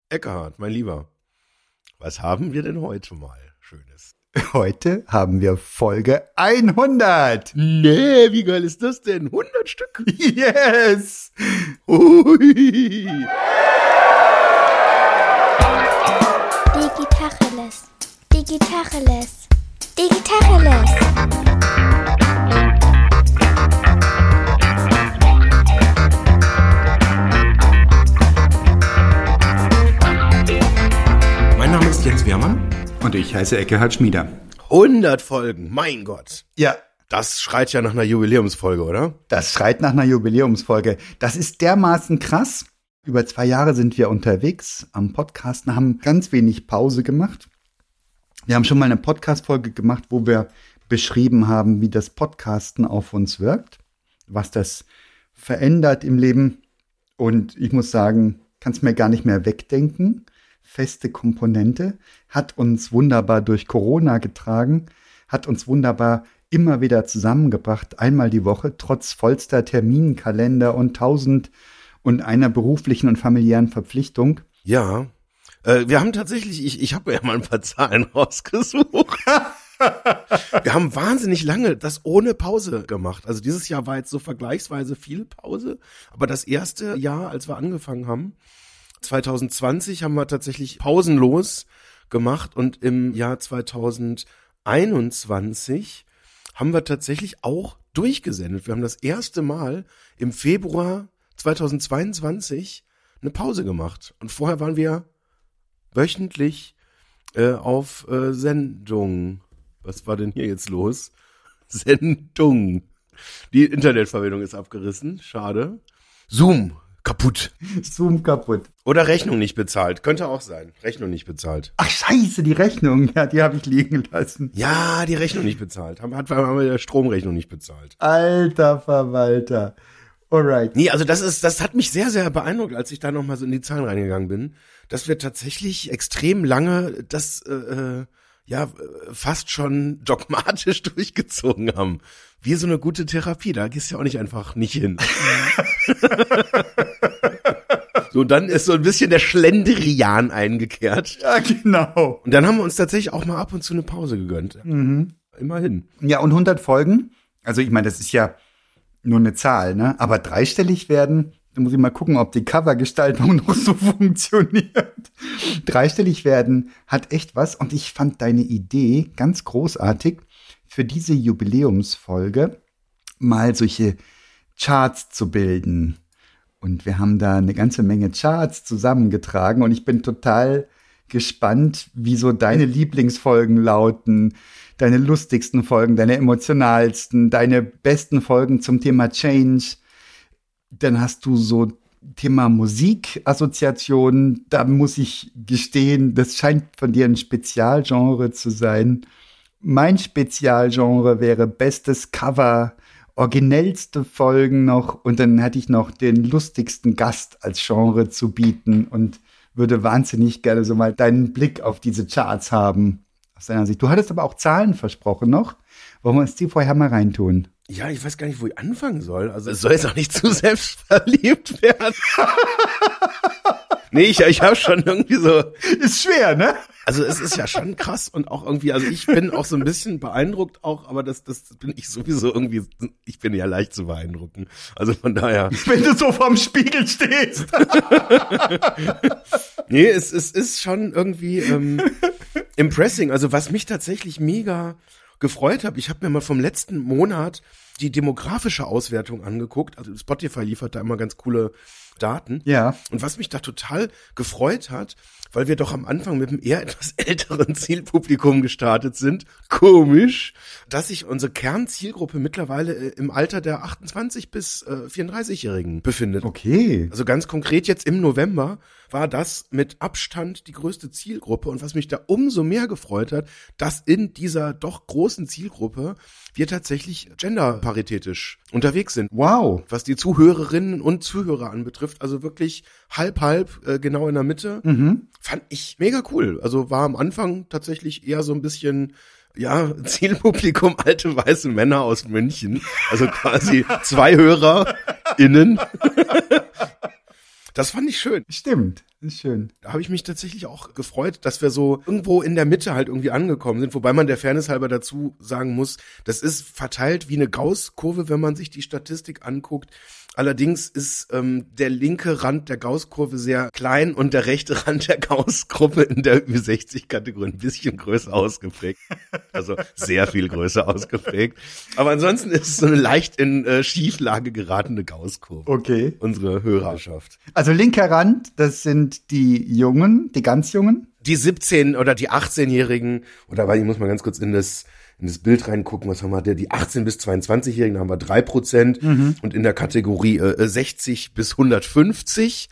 Eckehard, mein Lieber, was haben wir denn heute mal Schönes? Heute haben wir Folge 100. Nee, wie geil ist das denn? 100 Stück? Yes. Hui. Digitacheles. Digitacheles. Digitacheles. Mein Name ist Jens Wehrmann. Und ich heiße Eckehard Schmieder. 100 Folgen, mein Gott. Ja, Das schreit ja nach einer Jubiläumsfolge, oder? das schreit nach einer Jubiläumsfolge. Das ist dermaßen krass. Über 2 Jahre sind wir unterwegs am Podcasten, haben ganz wenig Pause gemacht. Wir haben schon mal eine Podcast-Folge gemacht, wo wir beschrieben haben, wie das Podcasten auf uns wirkt, was das verändert im Leben. Und ich muss sagen, kann es mir gar nicht mehr wegdenken. Feste Komponente, hat uns wunderbar durch Corona getragen, hat uns wunderbar immer wieder zusammengebracht, einmal die Woche, trotz vollster Terminkalender und 1001 beruflichen und familiären Verpflichtung. Ja. Wir haben tatsächlich, ich habe mir ja mal ein paar Zahlen rausgesucht. Wir haben wahnsinnig lange das ohne Pause gemacht. Also dieses Jahr war jetzt so vergleichsweise viel Pause. Aber das erste Jahr, als wir angefangen haben, 2020 haben wir tatsächlich pausenlos gemacht und im Jahr 2021 haben wir tatsächlich auch durchgesendet. Wir haben das erste Mal im Februar 2022 eine Pause gemacht und vorher waren wir wöchentlich auf Sendung. Was war denn hier jetzt los? Sendung. Die Internetverbindung ist abgerissen, schade. Zoom. Kaputt. Zoom kaputt. Oder Rechnung nicht bezahlt. Könnte auch sein. Rechnung nicht bezahlt. Ach scheiße, die Rechnung, ja, die habe ich liegen lassen. Ja, die Rechnung nicht bezahlt. Haben wir die Stromrechnung nicht bezahlt. Alter Verwalter. Alright. Nee, also das hat mich sehr, sehr beeindruckt, als ich da nochmal so in die Zahlen reingegangen bin, dass wir tatsächlich extrem lange das fast schon dogmatisch durchgezogen haben. Wie so eine gute Therapie, da gehst du ja auch nicht einfach nicht hin. So, und dann ist so ein bisschen der Schlendrian eingekehrt. Ja, genau. Und dann haben wir uns tatsächlich auch mal ab und zu eine Pause gegönnt. Mhm. Immerhin. Ja, und 100 Folgen, also ich meine, das ist ja nur eine Zahl, ne? Aber dreistellig werden, da muss ich mal gucken, ob die Covergestaltung noch so funktioniert. Dreistellig werden hat echt was. Und ich fand deine Idee ganz großartig, für diese Jubiläumsfolge mal solche Charts zu bilden. Und wir haben da eine ganze Menge Charts zusammengetragen. Und ich bin total gespannt, wie so deine Lieblingsfolgen lauten, deine lustigsten Folgen, deine emotionalsten, deine besten Folgen zum Thema Change. Dann hast du so Thema Musikassoziationen. Da muss ich gestehen, das scheint von dir ein Spezialgenre zu sein. Mein Spezialgenre wäre bestes Cover, originellste Folgen noch. Und dann hätte ich noch den lustigsten Gast als Genre zu bieten und würde wahnsinnig gerne so mal deinen Blick auf diese Charts haben. Aus deiner Sicht. Du hattest aber auch Zahlen versprochen noch. Wollen wir uns die vorher mal reintun? Ja, ich weiß gar nicht, wo ich anfangen soll. Also es soll jetzt auch nicht zu selbstverliebt werden. Nee, ich habe schon irgendwie so... Ist schwer, ne? Also es ist ja schon krass und auch irgendwie, also ich bin auch so ein bisschen beeindruckt auch, aber das bin ich sowieso irgendwie, ich bin ja leicht zu beeindrucken. Also von daher... Wenn du so vorm Spiegel stehst. Nee, es ist schon irgendwie impressing. Also was mich tatsächlich mega gefreut hat, ich habe mir mal vom letzten Monat die demografische Auswertung angeguckt. Also Spotify liefert da immer ganz coole Daten. Ja. Und was mich da total gefreut hat, weil wir doch am Anfang mit einem eher etwas älteren Zielpublikum gestartet sind, komisch, dass sich unsere Kernzielgruppe mittlerweile im Alter der 28 bis 34-Jährigen befindet. Okay. Also ganz konkret jetzt im November war das mit Abstand die größte Zielgruppe. Und was mich da umso mehr gefreut hat, dass in dieser doch großen Zielgruppe wir tatsächlich genderparitätisch unterwegs sind. Wow. Was die Zuhörerinnen und Zuhörer anbetrifft, also wirklich halb, genau in der Mitte, fand ich mega cool. Also war am Anfang tatsächlich eher so ein bisschen, ja, Zielpublikum alte weiße Männer aus München, also quasi 2 HörerInnen. Das fand ich schön. Stimmt. ist schön. Da habe ich mich tatsächlich auch gefreut, dass wir so irgendwo in der Mitte halt irgendwie angekommen sind, wobei man der Fairness halber dazu sagen muss, das ist verteilt wie eine Gauss-Kurve, wenn man sich die Statistik anguckt. Allerdings ist der linke Rand der Gauss-Kurve sehr klein und der rechte Rand der Gauss-Kurve in der Ü60-Kategorie ein bisschen größer ausgeprägt. Also sehr viel größer ausgeprägt. Aber ansonsten ist es so eine leicht in Schieflage geratene Gauss-Kurve. Okay. Unsere Hörerschaft. Also linker Rand, das sind die Jungen, die ganz Jungen. Die 17- oder die 18-Jährigen, oder weil ich muss mal ganz kurz in das Bild reingucken, was haben wir da? Die 18- bis 22-Jährigen haben wir 3% und in der Kategorie 60 bis 150.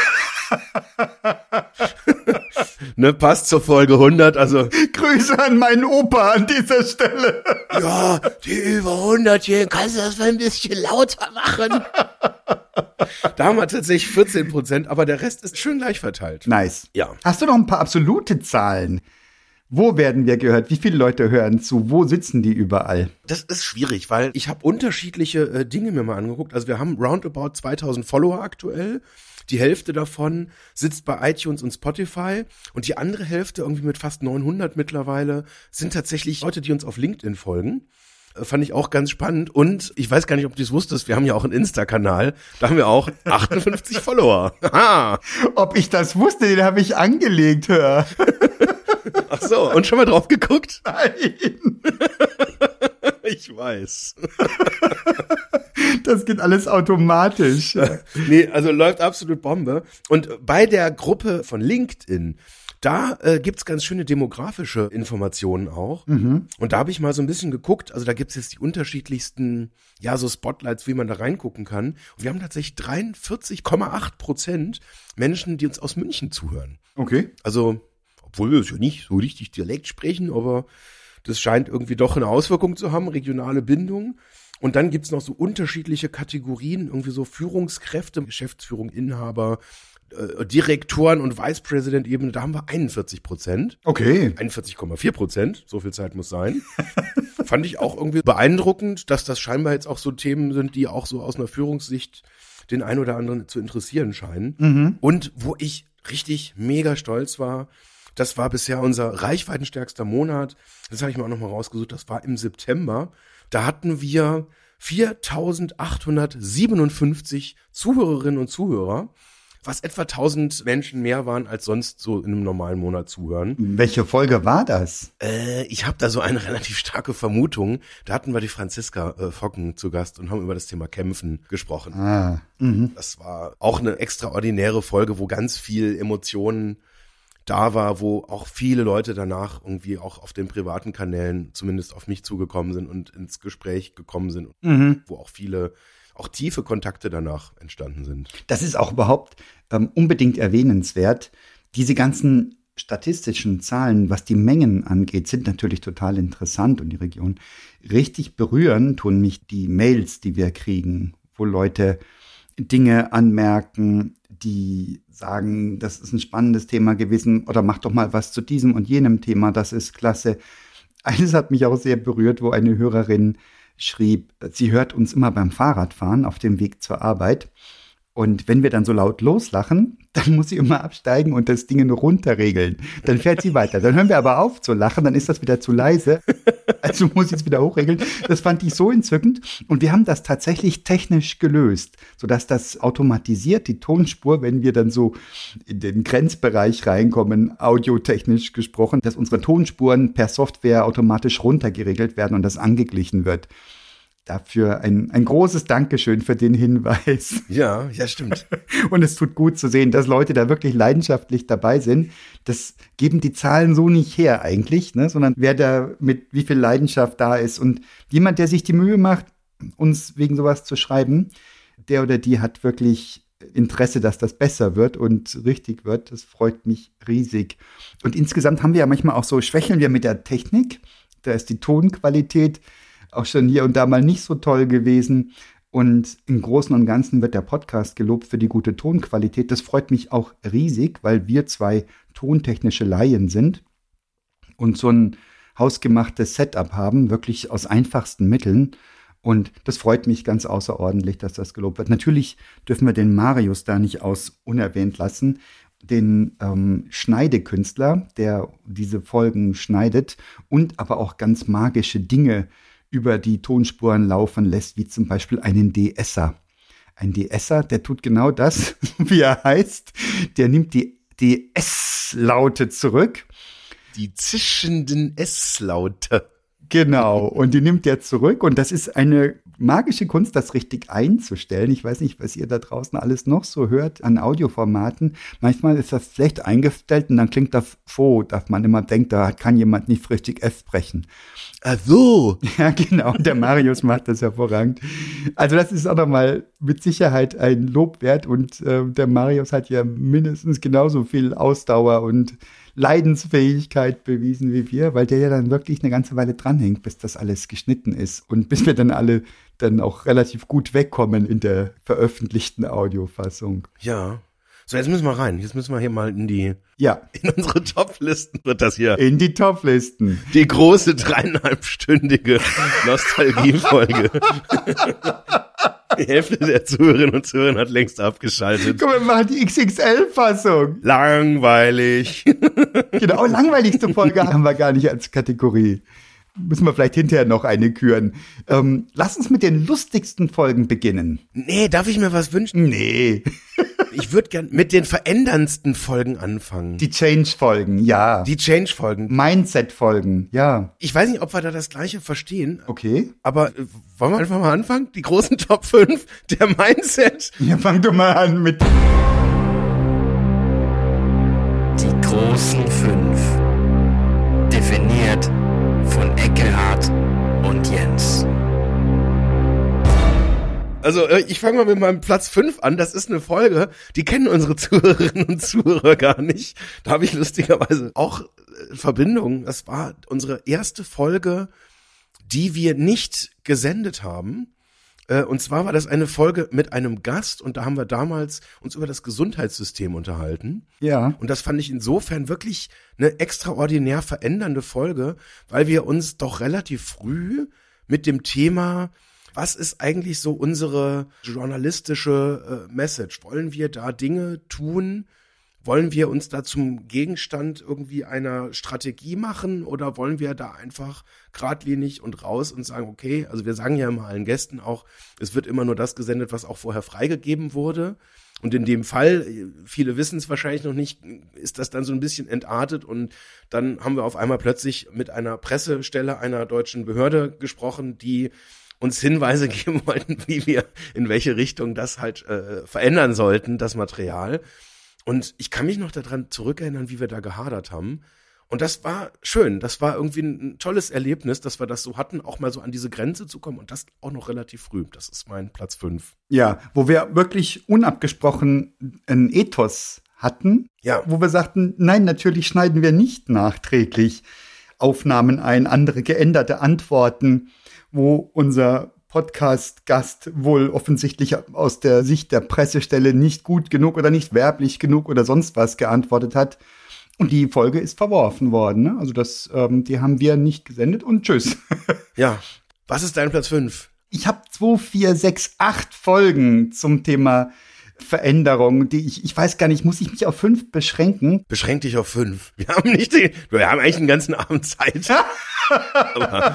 Ne, passt zur Folge 100, also. Grüße an meinen Opa an dieser Stelle. Ja, die über 100-Jährigen, kannst du das mal ein bisschen lauter machen? Da haben wir tatsächlich 14%, aber der Rest ist schön gleich verteilt. Nice. Ja. Hast du noch ein paar absolute Zahlen? Wo werden wir gehört? Wie viele Leute hören zu? Wo sitzen die überall? Das ist schwierig, weil ich habe unterschiedliche Dinge mir mal angeguckt. Also wir haben roundabout 2000 Follower aktuell. Die Hälfte davon sitzt bei iTunes und Spotify und die andere Hälfte, irgendwie mit fast 900 mittlerweile, sind tatsächlich Leute, die uns auf LinkedIn folgen. Fand ich auch ganz spannend und ich weiß gar nicht, ob du es wusstest, wir haben ja auch einen Insta-Kanal, da haben wir auch 58 Follower. Aha. Ob ich das wusste, den habe ich angelegt, hör. Ach so, und schon mal drauf geguckt? Nein. Ich weiß. Das geht alles automatisch. Nee, also läuft absolut Bombe. Und bei der Gruppe von LinkedIn, da gibt's ganz schöne demografische Informationen auch. Und da habe ich mal so ein bisschen geguckt. Also da gibt's jetzt die unterschiedlichsten, ja, so Spotlights, wie man da reingucken kann. Und wir haben tatsächlich 43,8% Menschen, die uns aus München zuhören. Okay. Also, obwohl wir es ja nicht so richtig Dialekt sprechen, aber das scheint irgendwie doch eine Auswirkung zu haben, regionale Bindung. Und dann gibt's noch so unterschiedliche Kategorien, irgendwie so Führungskräfte, Geschäftsführung, Inhaber, Direktoren und Vice President Ebene, da haben wir 41%. Okay. 41,4%, so viel Zeit muss sein. Fand ich auch irgendwie beeindruckend, dass das scheinbar jetzt auch so Themen sind, die auch so aus einer Führungssicht den einen oder anderen zu interessieren scheinen. Und wo ich richtig mega stolz war, das war bisher unser reichweitenstärkster Monat. Das habe ich mir auch nochmal rausgesucht. Das war im September. Da hatten wir 4.857 Zuhörerinnen und Zuhörer, was etwa 1.000 Menschen mehr waren, als sonst so in einem normalen Monat zuhören. Welche Folge war das? Ich habe da so eine relativ starke Vermutung. Da hatten wir die Franziska Focken zu Gast und haben über das Thema Kämpfen gesprochen. Das war auch eine extraordinäre Folge, wo ganz viel Emotionen da war, wo auch viele Leute danach irgendwie auch auf den privaten Kanälen zumindest auf mich zugekommen sind und ins Gespräch gekommen sind, wo auch viele, auch tiefe Kontakte danach entstanden sind. Das ist auch überhaupt unbedingt erwähnenswert. Diese ganzen statistischen Zahlen, was die Mengen angeht, sind natürlich total interessant und die Region. Richtig berühren tun mich die Mails, die wir kriegen, wo Leute Dinge anmerken, die sagen, das ist ein spannendes Thema gewesen oder mach doch mal was zu diesem und jenem Thema, das ist klasse. Eines hat mich auch sehr berührt, wo eine Hörerin schrieb, sie hört uns immer beim Fahrradfahren auf dem Weg zur Arbeit und wenn wir dann so laut loslachen, dann muss sie immer absteigen und das Ding nur runterregeln. Dann fährt sie weiter. Dann hören wir aber auf zu lachen, dann ist das wieder zu leise. Also muss ich es wieder hochregeln. Das fand ich so entzückend. Und wir haben das tatsächlich technisch gelöst, sodass das automatisiert die Tonspur, wenn wir dann so in den Grenzbereich reinkommen, audiotechnisch gesprochen, dass unsere Tonspuren per Software automatisch runtergeregelt werden und das angeglichen wird. Dafür ein großes Dankeschön für den Hinweis. Ja, stimmt. Und es tut gut zu sehen, dass Leute da wirklich leidenschaftlich dabei sind. Das geben die Zahlen so nicht her eigentlich, ne? Sondern wer da mit wie viel Leidenschaft da ist. Und jemand, der sich die Mühe macht, uns wegen sowas zu schreiben, der oder die hat wirklich Interesse, dass das besser wird und richtig wird. Das freut mich riesig. Und insgesamt haben wir ja manchmal auch so, schwächeln wir mit der Technik. Da ist die Tonqualität auch schon hier und da mal nicht so toll gewesen. Und im Großen und Ganzen wird der Podcast gelobt für die gute Tonqualität. Das freut mich auch riesig, weil wir zwei tontechnische Laien sind und so ein hausgemachtes Setup haben, wirklich aus einfachsten Mitteln. Und das freut mich ganz außerordentlich, dass das gelobt wird. Natürlich dürfen wir den Marius da nicht unerwähnt lassen. den Schneidekünstler, der diese Folgen schneidet und aber auch ganz magische Dinge über die Tonspuren laufen lässt, wie zum Beispiel einen De-Esser. Ein De-Esser, der tut genau das, wie er heißt. Der nimmt die S-Laute zurück. Die zischenden S-Laute. Genau, und die nimmt er zurück. Und das ist eine magische Kunst, das richtig einzustellen. Ich weiß nicht, was ihr da draußen alles noch so hört an Audioformaten. Manchmal ist das schlecht eingestellt und dann klingt das so, dass man immer denkt, da kann jemand nicht richtig S sprechen. Ach so. Ja, genau, der Marius macht das hervorragend. Also das ist auch nochmal mit Sicherheit ein Lob wert. Und der Marius hat ja mindestens genauso viel Ausdauer und Leidensfähigkeit bewiesen wie wir, weil der ja dann wirklich eine ganze Weile dranhängt, bis das alles geschnitten ist und bis wir dann alle dann auch relativ gut wegkommen in der veröffentlichten Audiofassung. Ja. So, jetzt müssen wir rein. Jetzt müssen wir hier mal in unsere Top-Listen wird das hier. In die Top-Listen. Die große 3,5-stündige Nostalgie-Folge. Die Hälfte der Zuhörerinnen und Zuhörer hat längst abgeschaltet. Komm, wir machen die XXL-Fassung. Langweilig. Genau, langweiligste Folge haben wir gar nicht als Kategorie. Müssen wir vielleicht hinterher noch eine küren. Lass uns mit den lustigsten Folgen beginnen. Nee, darf ich mir was wünschen? Nee. Ich würde gern mit den veränderndsten Folgen anfangen. Die Change-Folgen, ja. Die Change-Folgen. Mindset-Folgen, ja. Ich weiß nicht, ob wir da das Gleiche verstehen. Okay. Aber wollen wir einfach mal anfangen? Die großen Top 5 der Mindset. Ja, fang du mal an mit Die großen 5. Definiert von Eckehard und Jens. Also ich fange mal mit meinem Platz 5 an. Das ist eine Folge, die kennen unsere Zuhörerinnen und Zuhörer gar nicht. Da habe ich lustigerweise auch Verbindungen. Das war unsere erste Folge, die wir nicht gesendet haben. Und zwar war das eine Folge mit einem Gast und da haben wir damals uns über das Gesundheitssystem unterhalten. Ja. Und das fand ich insofern wirklich eine extraordinär verändernde Folge, weil wir uns doch relativ früh mit dem Thema, was ist eigentlich so unsere journalistische Message? Wollen wir da Dinge tun? Wollen wir uns da zum Gegenstand irgendwie einer Strategie machen oder wollen wir da einfach geradlinig und raus und sagen, okay, also wir sagen ja immer allen Gästen auch, es wird immer nur das gesendet, was auch vorher freigegeben wurde. Und in dem Fall, viele wissen es wahrscheinlich noch nicht, ist das dann so ein bisschen entartet und dann haben wir auf einmal plötzlich mit einer Pressestelle einer deutschen Behörde gesprochen, die uns Hinweise geben wollten, wie wir in welche Richtung das halt verändern sollten, das Material. Und ich kann mich noch daran zurückerinnern, wie wir da gehadert haben. Und das war schön. Das war irgendwie ein tolles Erlebnis, dass wir das so hatten, auch mal so an diese Grenze zu kommen. Und das auch noch relativ früh. Das ist mein Platz 5. Ja, wo wir wirklich unabgesprochen ein Ethos hatten. Ja. Wo wir sagten, nein, natürlich schneiden wir nicht nachträglich Aufnahmen ein, andere geänderte Antworten, wo unser Podcast-Gast wohl offensichtlich aus der Sicht der Pressestelle nicht gut genug oder nicht werblich genug oder sonst was geantwortet hat. Und die Folge ist verworfen worden. Ne? Also die haben wir nicht gesendet und tschüss. Ja, was ist dein Platz 5? Ich habe 2, 4, 6, 8 Folgen zum Thema Veränderung, die ich weiß gar nicht, muss ich mich auf 5 beschränken? Beschränk dich auf 5. Wir haben eigentlich einen ganzen Abend Zeit. Aber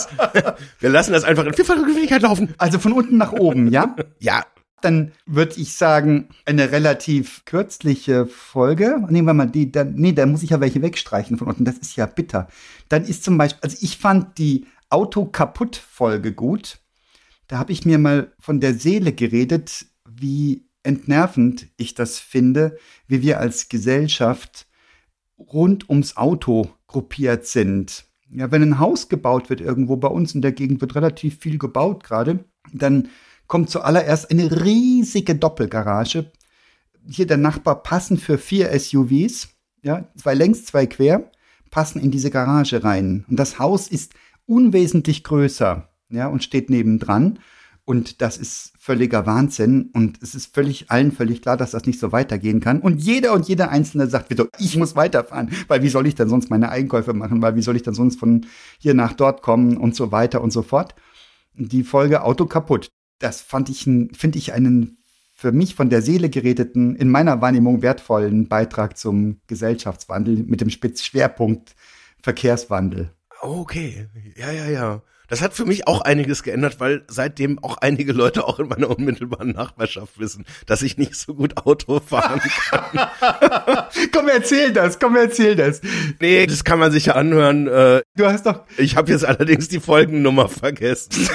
wir lassen das einfach in vierfacher Geschwindigkeit laufen. Also von unten nach oben, ja? Ja. Dann würde ich sagen, eine relativ kürzliche Folge. Nehmen wir mal die, da muss ich ja welche wegstreichen von unten. Das ist ja bitter. Dann ist zum Beispiel, also ich fand die Auto-Kaputt-Folge gut. Da habe ich mir mal von der Seele geredet, wie entnervend ich das finde, wie wir als Gesellschaft rund ums Auto gruppiert sind. Ja, wenn ein Haus gebaut wird irgendwo, bei uns in der Gegend wird relativ viel gebaut gerade, dann kommt zuallererst eine riesige Doppelgarage. Hier der Nachbar passen für 4 SUVs, ja, 2 längs, 2 quer, passen in diese Garage rein. Und das Haus ist unwesentlich größer, ja, und steht nebendran. Und das ist völliger Wahnsinn. Und es ist allen völlig klar, dass das nicht so weitergehen kann. Und jeder Einzelne sagt wieder, ich muss weiterfahren. Weil wie soll ich denn sonst meine Einkäufe machen? Weil wie soll ich denn sonst von hier nach dort kommen? Und so weiter und so fort. Die Folge Auto kaputt. Das finde ich einen für mich von der Seele geredeten, in meiner Wahrnehmung wertvollen Beitrag zum Gesellschaftswandel mit dem Schwerpunkt Verkehrswandel. Okay, ja. Das hat für mich auch einiges geändert, weil seitdem auch einige Leute auch in meiner unmittelbaren Nachbarschaft wissen, dass ich nicht so gut Auto fahren kann. Komm, erzähl das. Nee, das kann man sich ja anhören. Du hast doch... Ich habe jetzt allerdings die Folgennummer vergessen.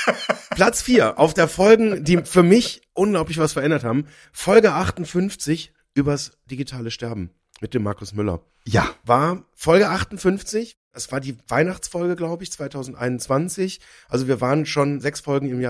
Platz 4 auf der Folgen, die für mich unglaublich was verändert haben. Folge 58 übers digitale Sterben mit dem Markus Müller. Ja. War Folge 58. Das war die Weihnachtsfolge, glaube ich, 2021. Also wir waren schon 6 Folgen im Jahr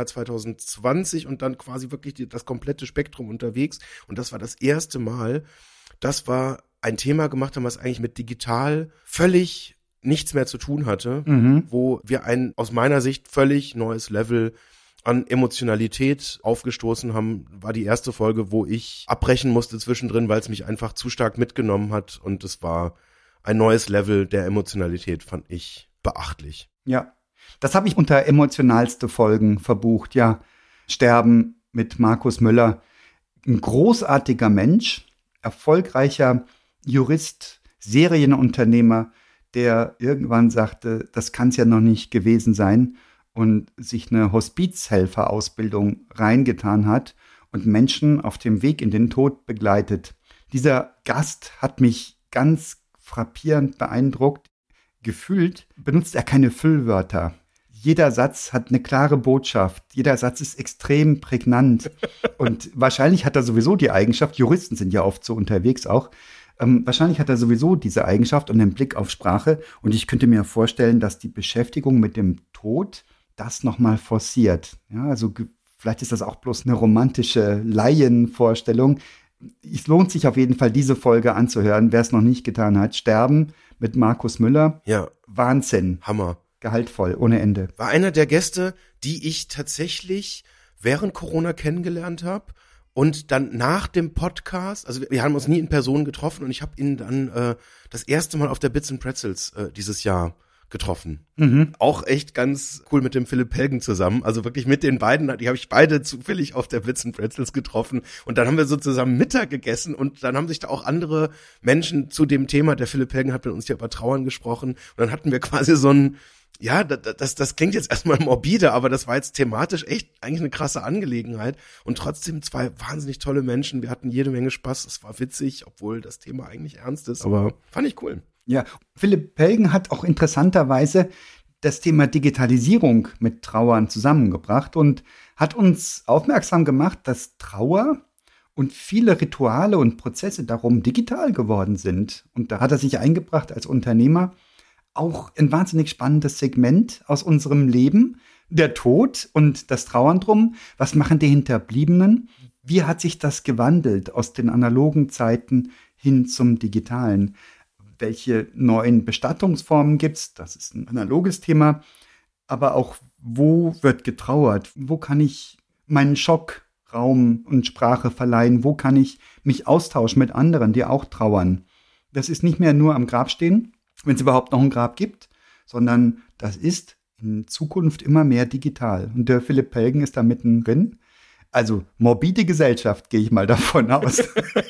2020 und dann quasi wirklich das komplette Spektrum unterwegs. Und das war das erste Mal, dass wir ein Thema gemacht haben, was eigentlich mit digital völlig nichts mehr zu tun hatte, wo wir ein aus meiner Sicht völlig neues Level an Emotionalität aufgestoßen haben. War die erste Folge, wo ich abbrechen musste zwischendrin, weil es mich einfach zu stark mitgenommen hat. Und es war ein neues Level der Emotionalität, fand ich beachtlich. Ja, das habe ich unter emotionalste Folgen verbucht. Ja, Sterben mit Markus Müller. Ein großartiger Mensch, erfolgreicher Jurist, Serienunternehmer, der irgendwann sagte, das kann es ja noch nicht gewesen sein und sich eine Hospizhelferausbildung reingetan hat und Menschen auf dem Weg in den Tod begleitet. Dieser Gast hat mich ganz frappierend beeindruckt. Gefühlt benutzt er keine Füllwörter. Jeder Satz hat eine klare Botschaft. Jeder Satz ist extrem prägnant. Und wahrscheinlich hat er sowieso die Eigenschaft, Juristen sind ja oft so unterwegs auch, wahrscheinlich hat er sowieso diese Eigenschaft und den Blick auf Sprache. Und ich könnte mir vorstellen, dass die Beschäftigung mit dem Tod das nochmal forciert. Ja, also vielleicht ist das auch bloß eine romantische Laienvorstellung. Es lohnt sich auf jeden Fall, diese Folge anzuhören, wer es noch nicht getan hat. Sterben mit Markus Müller. Ja. Wahnsinn. Hammer. Gehaltvoll, ohne Ende. War einer der Gäste, die ich tatsächlich während Corona kennengelernt habe und dann nach dem Podcast, also wir haben uns nie in Person getroffen und ich habe ihn dann das erste Mal auf der Bits and Pretzels dieses Jahr getroffen. Auch echt ganz cool mit dem Philipp Helgen zusammen. Also wirklich mit den beiden, die habe ich beide zufällig auf der Bits and Pretzels getroffen. Und dann haben wir so zusammen Mittag gegessen und dann haben sich da auch andere Menschen zu dem Thema, der Philipp Helgen hat mit uns ja über Trauern gesprochen. Und dann hatten wir quasi so ein, ja, das klingt jetzt erstmal morbide, aber das war jetzt thematisch echt eigentlich eine krasse Angelegenheit. Und trotzdem 2 wahnsinnig tolle Menschen. Wir hatten jede Menge Spaß. Es war witzig, obwohl das Thema eigentlich ernst ist. Aber fand ich cool. Ja, Philipp Helgen hat auch interessanterweise das Thema Digitalisierung mit Trauern zusammengebracht und hat uns aufmerksam gemacht, dass Trauer und viele Rituale und Prozesse darum digital geworden sind. Und da hat er sich eingebracht als Unternehmer. Auch ein wahnsinnig spannendes Segment aus unserem Leben, der Tod und das Trauern drum. Was machen die Hinterbliebenen? Wie hat sich das gewandelt aus den analogen Zeiten hin zum Digitalen? Welche neuen Bestattungsformen gibt's? Das ist ein analoges Thema. Aber auch, wo wird getrauert? Wo kann ich meinen Schock Raum und Sprache verleihen? Wo kann ich mich austauschen mit anderen, die auch trauern? Das ist nicht mehr nur am Grab stehen, wenn es überhaupt noch ein Grab gibt, sondern das ist in Zukunft immer mehr digital. Und der Philipp Helgen ist da mittendrin. Also morbide Gesellschaft, gehe ich mal davon aus.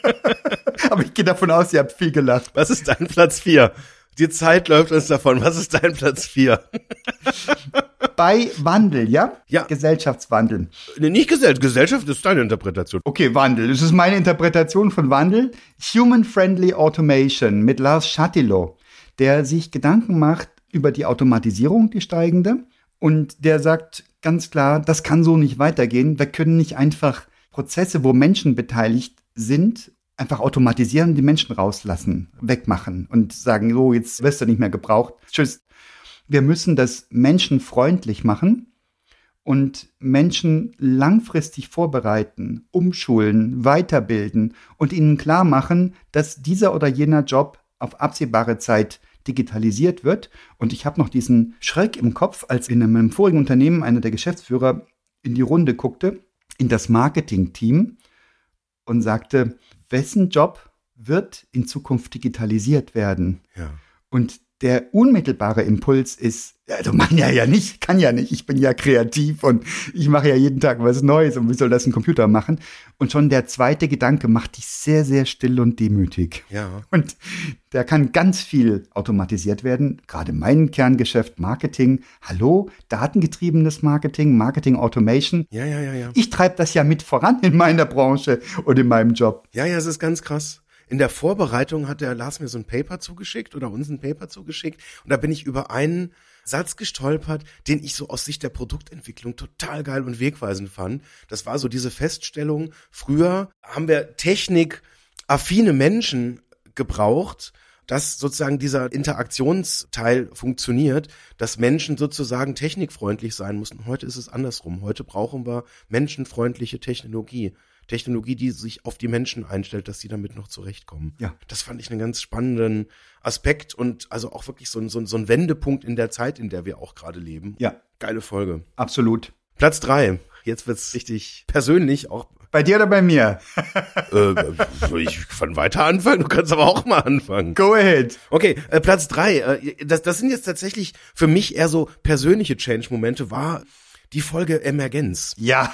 Aber ich gehe davon aus, ihr habt viel gelacht. Was ist dein Platz 4? Die Zeit läuft uns davon. Was ist dein Platz 4? Bei Wandel, ja? Ja. Gesellschaftswandel. Nee, nicht Gesellschaft ist deine Interpretation. Okay, Wandel. Das ist meine Interpretation von Wandel. Human-Friendly Automation mit Lars Chatillon, der sich Gedanken macht über die Automatisierung, die steigende. Und der sagt ganz klar, das kann so nicht weitergehen. Wir können nicht einfach Prozesse, wo Menschen beteiligt sind, einfach automatisieren, die Menschen rauslassen, wegmachen und sagen, so, jetzt wirst du nicht mehr gebraucht. Tschüss. Wir müssen das menschenfreundlich machen und Menschen langfristig vorbereiten, umschulen, weiterbilden und ihnen klar machen, dass dieser oder jener Job auf absehbare Zeit digitalisiert wird. Und ich habe noch diesen Schreck im Kopf, als in einem vorigen Unternehmen einer der Geschäftsführer in die Runde guckte, in das Marketing-Team und sagte, wessen Job wird in Zukunft digitalisiert werden? Ja. Und der unmittelbare Impuls ist, also kann ja nicht, ich bin ja kreativ und ich mache ja jeden Tag was Neues und wie soll das ein Computer machen? Und schon der zweite Gedanke macht dich sehr, sehr still und demütig. Ja. Und da kann ganz viel automatisiert werden, gerade mein Kerngeschäft Marketing. Hallo, datengetriebenes Marketing, Marketing Automation. Ja. Ich treibe das ja mit voran in meiner Branche und in meinem Job. Ja, es ist ganz krass. In der Vorbereitung hat der Lars mir so ein Paper zugeschickt oder uns ein Paper zugeschickt und da bin ich über einen Satz gestolpert, den ich so aus Sicht der Produktentwicklung total geil und wegweisend fand. Das war so diese Feststellung, früher haben wir technikaffine Menschen gebraucht, dass sozusagen dieser Interaktionsteil funktioniert, dass Menschen sozusagen technikfreundlich sein mussten. Heute ist es andersrum. Heute brauchen wir menschenfreundliche Technologie. Technologie, die sich auf die Menschen einstellt, dass sie damit noch zurechtkommen. Ja. Das fand ich einen ganz spannenden Aspekt und also auch wirklich so ein Wendepunkt in der Zeit, in der wir auch gerade leben. Ja. Geile Folge. Absolut. Platz 3. Jetzt wird's richtig persönlich auch. Bei dir oder bei mir? Ich kann weiter anfangen, du kannst aber auch mal anfangen. Go ahead. Okay, Platz 3. Das sind jetzt tatsächlich für mich eher so persönliche Change-Momente, war die Folge Emergenz. Ja.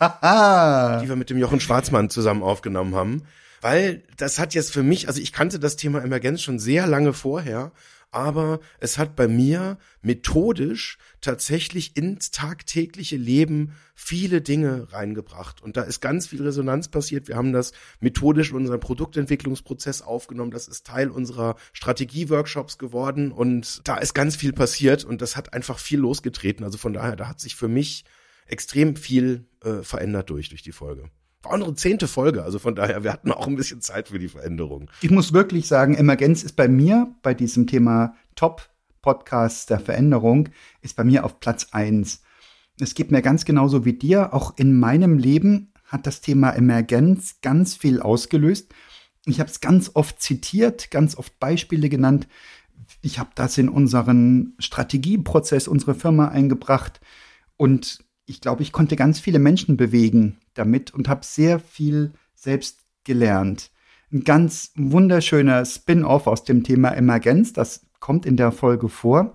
Die wir mit dem Jochen Schwarzmann zusammen aufgenommen haben. Weil das hat jetzt für mich, also ich kannte das Thema Emergenz schon sehr lange vorher, aber es hat bei mir methodisch tatsächlich ins tagtägliche Leben viele Dinge reingebracht. Und da ist ganz viel Resonanz passiert. Wir haben das methodisch in unseren Produktentwicklungsprozess aufgenommen. Das ist Teil unserer Strategie-Workshops geworden. Und da ist ganz viel passiert und das hat einfach viel losgetreten. Also von daher, da hat sich für mich extrem viel verändert durch die Folge. War unsere 10. Folge, also von daher, wir hatten auch ein bisschen Zeit für die Veränderung. Ich muss wirklich sagen, Emergenz ist bei mir, bei diesem Thema Top-Podcasts der Veränderung, ist bei mir auf Platz 1. Es geht mir ganz genauso wie dir. Auch in meinem Leben hat das Thema Emergenz ganz viel ausgelöst. Ich habe es ganz oft zitiert, ganz oft Beispiele genannt. Ich habe das in unseren Strategieprozess, unsere Firma eingebracht und ich glaube, ich konnte ganz viele Menschen bewegen damit und habe sehr viel selbst gelernt. Ein ganz wunderschöner Spin-off aus dem Thema Emergenz, das kommt in der Folge vor.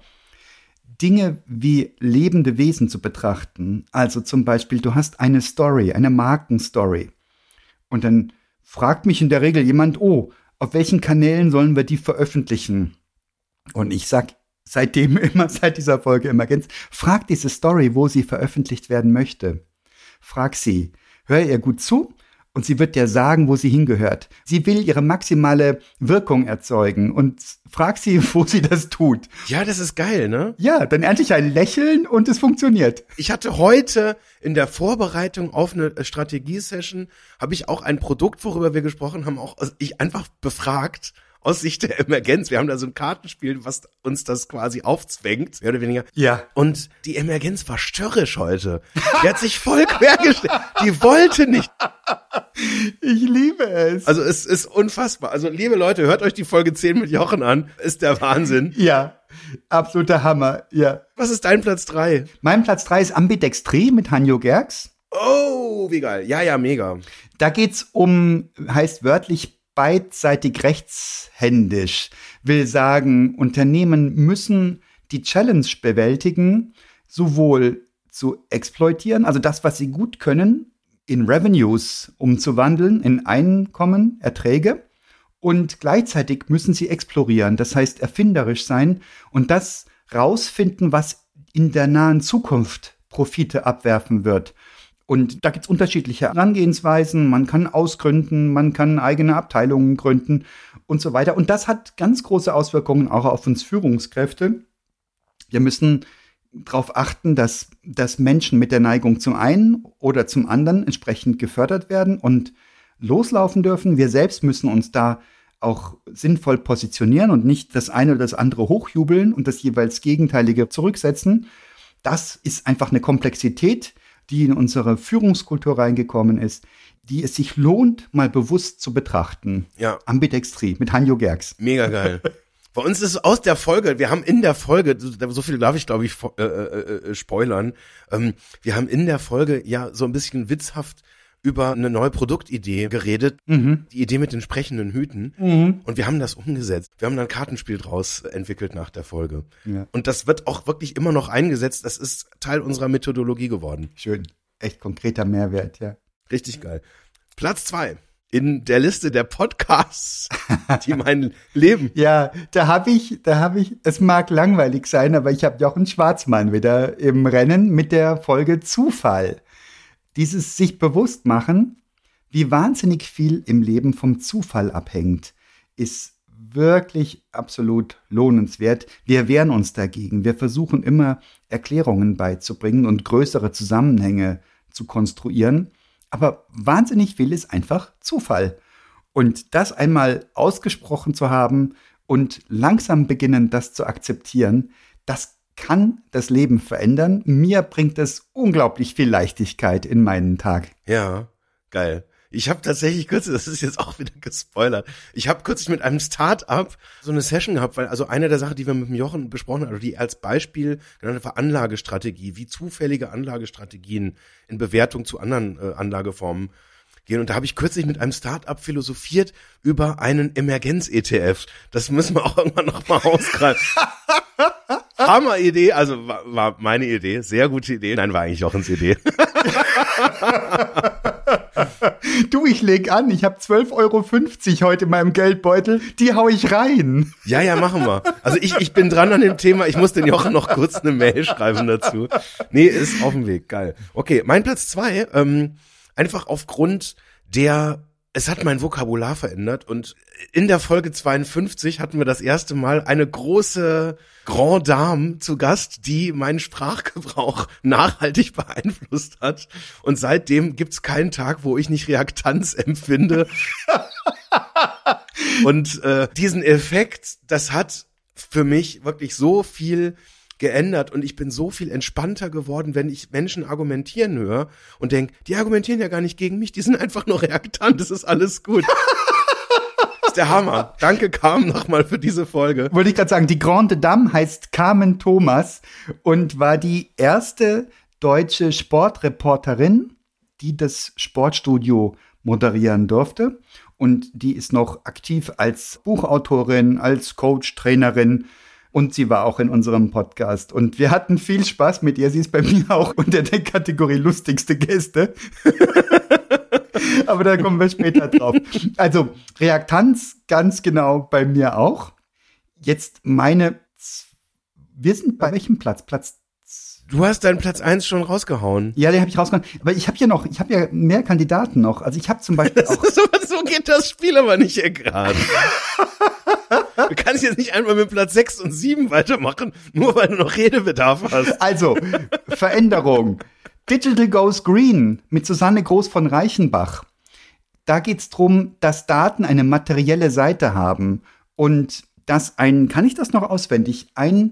Dinge wie lebende Wesen zu betrachten. Also zum Beispiel, du hast eine Story, eine Markenstory. Und dann fragt mich in der Regel jemand, auf welchen Kanälen sollen wir die veröffentlichen? Und ich sag seit dieser Folge Emergenz, frag diese Story, wo sie veröffentlicht werden möchte. Frag sie, hör ihr gut zu und sie wird dir sagen, wo sie hingehört. Sie will ihre maximale Wirkung erzeugen und frag sie, wo sie das tut. Ja, das ist geil, ne? Ja, dann ernte ich ein Lächeln und es funktioniert. Ich hatte heute in der Vorbereitung auf eine Strategie-Session, habe ich auch ein Produkt, worüber wir gesprochen haben, auch ich einfach befragt, aus Sicht der Emergenz. Wir haben da so ein Kartenspiel, was uns das quasi aufzwängt, mehr oder weniger. Ja. Und die Emergenz war störrisch heute. Die hat sich voll quergestellt. Die wollte nicht. Ich liebe es. Also es ist unfassbar. Also liebe Leute, hört euch die Folge 10 mit Jochen an. Ist der Wahnsinn. Ja, absoluter Hammer. Ja. Was ist dein Platz 3? Mein Platz 3 ist Ambidextrie mit Hanjo Gerks. Oh, wie geil. Ja, mega. Da geht's heißt wörtlich beidseitig rechtshändisch, will sagen, Unternehmen müssen die Challenge bewältigen, sowohl zu exploitieren, also das, was sie gut können, in Revenues umzuwandeln, in Einkommen, Erträge, und gleichzeitig müssen sie explorieren, das heißt erfinderisch sein und das rausfinden, was in der nahen Zukunft Profite abwerfen wird. Und da gibt's unterschiedliche Herangehensweisen. Man kann ausgründen, man kann eigene Abteilungen gründen und so weiter. Und das hat ganz große Auswirkungen auch auf uns Führungskräfte. Wir müssen darauf achten, dass Menschen mit der Neigung zum einen oder zum anderen entsprechend gefördert werden und loslaufen dürfen. Wir selbst müssen uns da auch sinnvoll positionieren und nicht das eine oder das andere hochjubeln und das jeweils Gegenteilige zurücksetzen. Das ist einfach eine Komplexität, die in unsere Führungskultur reingekommen ist, die es sich lohnt, mal bewusst zu betrachten. Ja. Ambidextrie mit Hanjo Gerks. Mega geil. Bei uns ist aus der Folge, wir haben in der Folge, so viel darf ich glaube ich spoilern, wir haben in der Folge ja so ein bisschen witzhaft über eine neue Produktidee geredet, die Idee mit den sprechenden Hüten. Und wir haben das umgesetzt. Wir haben dann ein Kartenspiel draus entwickelt nach der Folge. Ja. Und das wird auch wirklich immer noch eingesetzt. Das ist Teil unserer Methodologie geworden. Schön. Echt konkreter Mehrwert, ja. Richtig geil. Platz 2 in der Liste der Podcasts, die mein Leben... Ja, da hab ich, es mag langweilig sein, aber ich habe Jochen Schwarzmann wieder im Rennen mit der Folge Zufall. Dieses sich bewusst machen, wie wahnsinnig viel im Leben vom Zufall abhängt, ist wirklich absolut lohnenswert. Wir wehren uns dagegen. Wir versuchen immer Erklärungen beizubringen und größere Zusammenhänge zu konstruieren. Aber wahnsinnig viel ist einfach Zufall. Und das einmal ausgesprochen zu haben und langsam beginnen, das zu akzeptieren, das kann das Leben verändern. Mir bringt es unglaublich viel Leichtigkeit in meinen Tag. Ja, geil. Ich habe tatsächlich kürzlich, das ist jetzt auch wieder gespoilert, ich habe kürzlich mit einem Start-up so eine Session gehabt, weil also eine der Sachen, die wir mit dem Jochen besprochen haben, also die als Beispiel genannt war Anlagestrategie, wie zufällige Anlagestrategien in Bewertung zu anderen Anlageformen gehen. Und da habe ich kürzlich mit einem Start-up philosophiert über einen Emergenz-ETF. Das müssen wir auch irgendwann nochmal ausgreifen. Hammer-Idee, also war meine Idee, sehr gute Idee. Nein, war eigentlich Jochens Idee. Du, ich leg an, ich habe 12,50 € heute in meinem Geldbeutel, die hau ich rein. Ja, machen wir. Also ich bin dran an dem Thema, ich muss den Jochen noch kurz eine Mail schreiben dazu. Nee, ist auf dem Weg, geil. Okay, mein Platz 2, einfach aufgrund es hat mein Vokabular verändert und in der Folge 52 hatten wir das erste Mal eine große Grand Dame zu Gast, die meinen Sprachgebrauch nachhaltig beeinflusst hat. Und seitdem gibt's keinen Tag, wo ich nicht Reaktanz empfinde. Und diesen Effekt, das hat für mich wirklich so viel geändert und ich bin so viel entspannter geworden, wenn ich Menschen argumentieren höre und denke, die argumentieren ja gar nicht gegen mich, die sind einfach nur reaktant, das ist alles gut. Das ist der Hammer. Danke, Carmen, nochmal für diese Folge. Wollte ich gerade sagen, die Grande Dame heißt Carmen Thomas und war die erste deutsche Sportreporterin, die das Sportstudio moderieren durfte. Und die ist noch aktiv als Buchautorin, als Coach, Trainerin. Und sie war auch in unserem Podcast. Und wir hatten viel Spaß mit ihr. Sie ist bei mir auch unter der Kategorie lustigste Gäste. Aber da kommen wir später drauf. Also Reaktanz ganz genau bei mir auch. Jetzt wir sind bei welchem Platz? Du hast deinen Platz 1 schon rausgehauen. Ja, den habe ich rausgehauen. Aber ich habe ja mehr Kandidaten noch. Also ich habe zum Beispiel auch... So geht das Spiel aber nicht hier gerade. Du kannst jetzt nicht einmal mit Platz 6 und 7 weitermachen, nur weil du noch Redebedarf hast. Also, Veränderung. Digital Goes Green mit Susanne Groß von Reichenbach. Da geht's drum, dass Daten eine materielle Seite haben und dass kann ich das noch auswendig, ein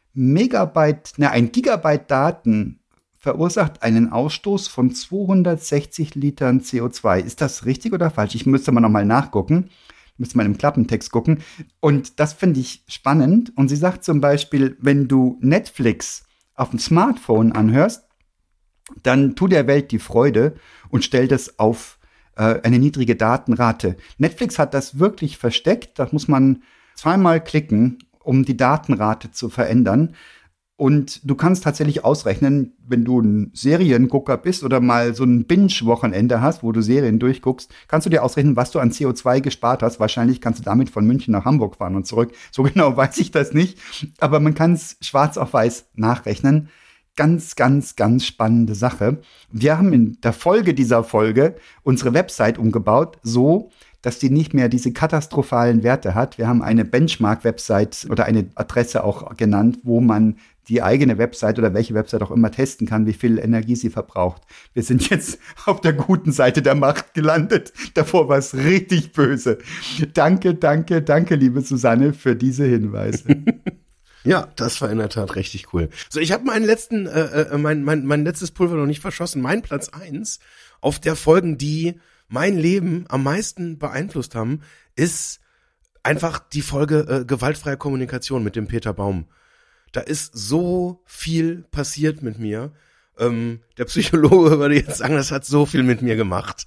Gigabyte Daten verursacht einen Ausstoß von 260 Litern CO2. Ist das richtig oder falsch? Ich müsste mal nochmal nachgucken. Müsste mal im Klappentext gucken. Und das finde ich spannend. Und sie sagt zum Beispiel, wenn du Netflix auf dem Smartphone anhörst, dann tu der Welt die Freude und stell das auf eine niedrige Datenrate. Netflix hat das wirklich versteckt. Da muss man zweimal klicken, um die Datenrate zu verändern. Und du kannst tatsächlich ausrechnen, wenn du ein Seriengucker bist oder mal so ein Binge-Wochenende hast, wo du Serien durchguckst, kannst du dir ausrechnen, was du an CO2 gespart hast. Wahrscheinlich kannst du damit von München nach Hamburg fahren und zurück. So genau weiß ich das nicht. Aber man kann es schwarz auf weiß nachrechnen. Ganz, ganz, ganz spannende Sache. Wir haben in der Folge dieser Folge unsere Website umgebaut, so dass die nicht mehr diese katastrophalen Werte hat. Wir haben eine Benchmark-Website oder eine Adresse auch genannt, wo man die eigene Website oder welche Website auch immer testen kann, wie viel Energie sie verbraucht. Wir sind jetzt auf der guten Seite der Macht gelandet. Davor war es richtig böse. Danke, liebe Susanne, für diese Hinweise. Ja, das war in der Tat richtig cool. So, ich habe meinen mein letztes Pulver noch nicht verschossen. Mein Platz 1 auf der Folgen, die mein Leben am meisten beeinflusst haben, ist einfach die Folge gewaltfreie Kommunikation mit dem Peter Baum. Da ist so viel passiert mit mir. Der Psychologe würde jetzt sagen, das hat so viel mit mir gemacht.